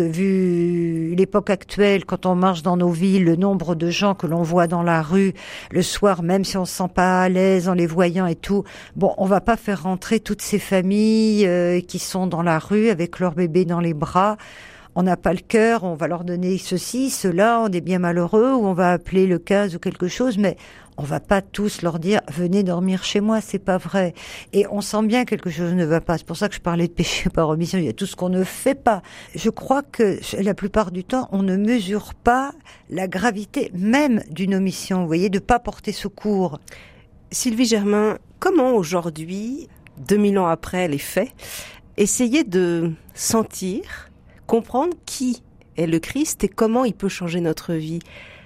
vu l'époque actuelle, quand on marche dans nos villes, le nombre de gens que l'on voit dans la rue, le soir, même si on se sent pas à l'aise en les voyant et tout, bon, on va pas faire rentrer toutes ces familles euh, qui sont dans la rue avec leur bébé dans les bras. On n'a pas le cœur, on va leur donner ceci, cela, on est bien malheureux, ou on va appeler le quinze ou quelque chose, mais on va pas tous leur dire « venez dormir chez moi », c'est pas vrai. Et on sent bien que quelque chose ne va pas. C'est pour ça que je parlais de péché par omission, il y a tout ce qu'on ne fait pas. Je crois que la plupart du temps, on ne mesure pas la gravité même d'une omission, vous voyez, de pas porter secours. Sylvie Germain, comment aujourd'hui, deux mille ans après les faits, essayer de sentir, comprendre qui est le Christ et comment il peut changer notre vie.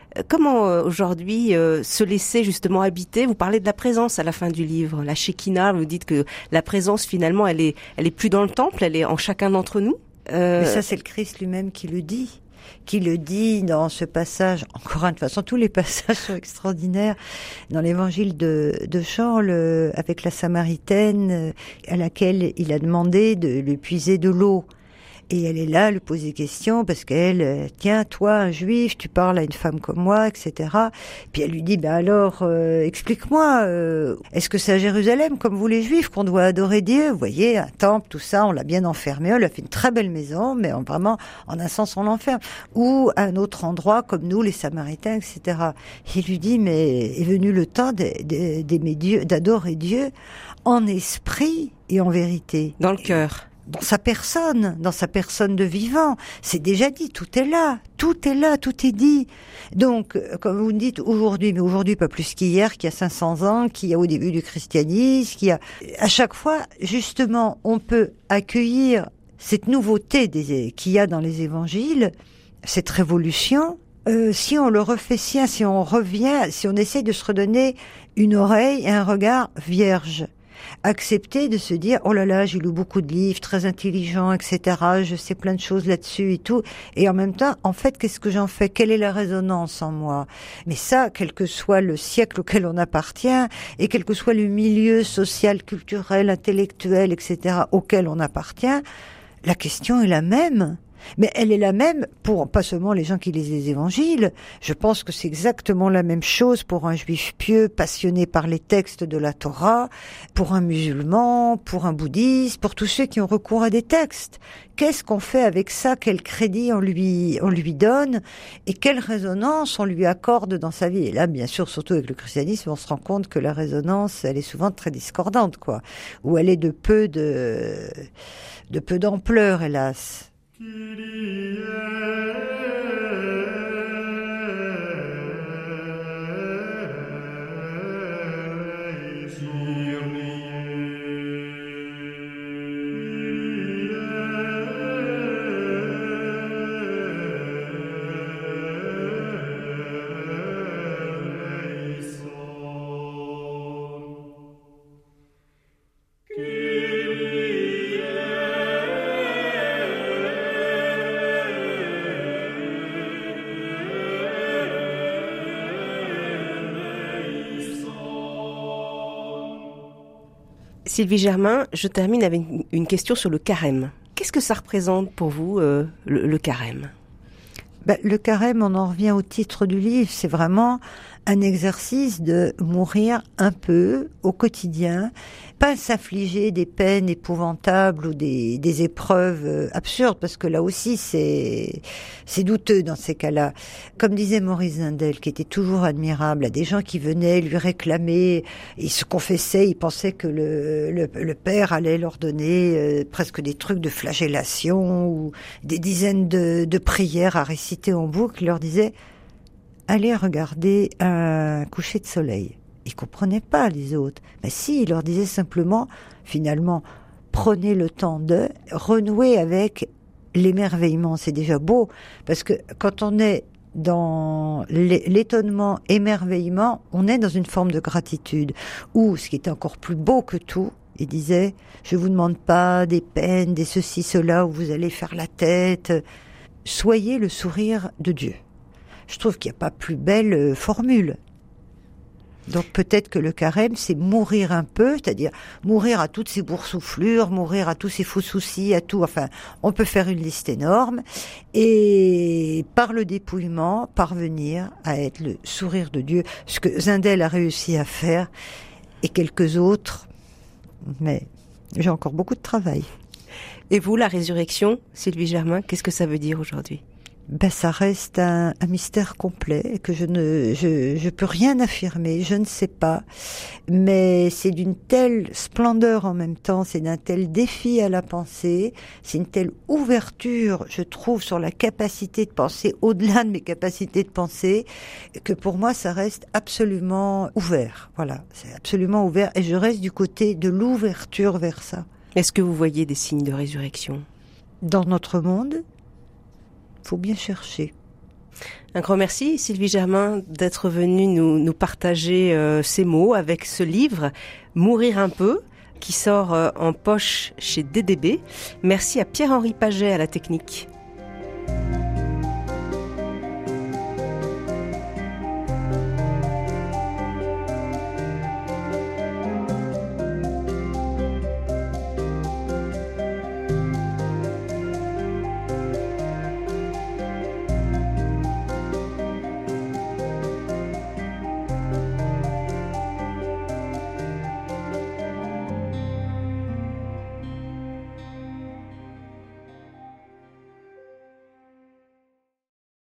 Comment euh, aujourd'hui euh, se laisser justement habiter? Vous parlez de la présence à la fin du livre, la Shekinah. Vous dites que la présence finalement, elle est, elle est plus dans le temple, elle est en chacun d'entre nous. Euh... Mais ça, c'est le Christ lui-même qui le dit. qui le dit dans ce passage, encore une fois, de toute façon, tous les passages sont extraordinaires, dans l'évangile de, de Jean, le, avec la Samaritaine, à laquelle il a demandé de lui puiser de l'eau. Et elle est là, lui pose des questions, parce qu'elle, tiens, toi, un juif, tu parles à une femme comme moi, et cetera. Puis elle lui dit, ben alors, euh, explique-moi, euh, est-ce que c'est à Jérusalem, comme vous les juifs, qu'on doit adorer Dieu? Vous voyez, un temple, tout ça, on l'a bien enfermé, on lui a fait une très belle maison, mais on, vraiment, en un sens, on l'enferme. Ou à un autre endroit, comme nous, les Samaritains, et cetera. Il lui dit, mais est venu le temps d'aimer Dieu, d'adorer Dieu en esprit et en vérité. Dans le cœur. Dans sa personne, dans sa personne de vivant. C'est déjà dit, tout est là, tout est là, tout est dit. Donc, comme vous me dites, aujourd'hui, mais aujourd'hui pas plus qu'hier, qu'il y a cinq cents ans, qu'il y a au début du christianisme, qu'il y a... À chaque fois, justement, on peut accueillir cette nouveauté des... qu'il y a dans les évangiles, cette révolution, euh, si on le refait sien, si on revient, si on essaie de se redonner une oreille et un regard vierge. Accepter de se dire, oh là là, j'ai lu beaucoup de livres, très intelligents, et cetera, je sais plein de choses là-dessus et tout. Et en même temps, en fait, qu'est-ce que j'en fais? Quelle est la résonance en moi? Mais ça, quel que soit le siècle auquel on appartient, et quel que soit le milieu social, culturel, intellectuel, et cetera, auquel on appartient, la question est la même. Mais elle est la même pour pas seulement les gens qui lisent les évangiles. Je pense que c'est exactement la même chose pour un juif pieux, passionné par les textes de la Torah, pour un musulman, pour un bouddhiste, pour tous ceux qui ont recours à des textes. Qu'est-ce qu'on fait avec ça? Quel crédit on lui, on lui donne? Et quelle résonance on lui accorde dans sa vie? Et là, bien sûr, surtout avec le christianisme, on se rend compte que la résonance, elle est souvent très discordante, quoi. Ou elle est de peu de, de peu d'ampleur, hélas. Sylvie Germain, je termine avec une question sur le carême. Qu'est-ce que ça représente pour vous, euh, le, le carême? Ben, le carême, on en revient au titre du livre, c'est vraiment un exercice de mourir un peu au quotidien, pas s'affliger des peines épouvantables ou des, des épreuves absurdes, parce que là aussi c'est c'est douteux dans ces cas-là. Comme disait Maurice Zindel, qui était toujours admirable, à des gens qui venaient lui réclamer, ils se confessaient, ils pensaient que le, le, le père allait leur donner euh, presque des trucs de flagellation ou des dizaines de, de prières à réciter en boucle. Il leur disait « Allez regarder un coucher de soleil ». Ils comprenaient pas les autres. Mais si, il leur disait simplement, finalement, prenez le temps de renouer avec l'émerveillement. C'est déjà beau, parce que quand on est dans l'étonnement, émerveillement, on est dans une forme de gratitude. Ou, ce qui était encore plus beau que tout, il disait, je vous demande pas des peines, des ceci, cela, où vous allez faire la tête. Soyez le sourire de Dieu. Je trouve qu'il n'y a pas plus belle formule. Donc peut-être que le carême, c'est mourir un peu, c'est-à-dire mourir à toutes ces boursouflures, mourir à tous ces faux soucis, à tout. Enfin, on peut faire une liste énorme et par le dépouillement, parvenir à être le sourire de Dieu, ce que Zindel a réussi à faire et quelques autres. Mais j'ai encore beaucoup de travail. Et vous, la résurrection, Sylvie Germain, qu'est-ce que ça veut dire aujourd'hui ? Ben, ça reste un, un mystère complet que je ne, je, je peux rien affirmer, je ne sais pas. Mais c'est d'une telle splendeur en même temps, c'est d'un tel défi à la pensée, c'est une telle ouverture, je trouve, sur la capacité de penser, au-delà de mes capacités de penser, que pour moi, ça reste absolument ouvert. Voilà, c'est absolument ouvert et je reste du côté de l'ouverture vers ça. Est-ce que vous voyez des signes de résurrection ? Dans notre monde ? Faut bien chercher. Un grand merci, Sylvie Germain, d'être venue nous, nous partager euh, ces mots avec ce livre « Mourir un peu », qui sort euh, en poche chez D D B. Merci à Pierre-Henri Paget à la technique.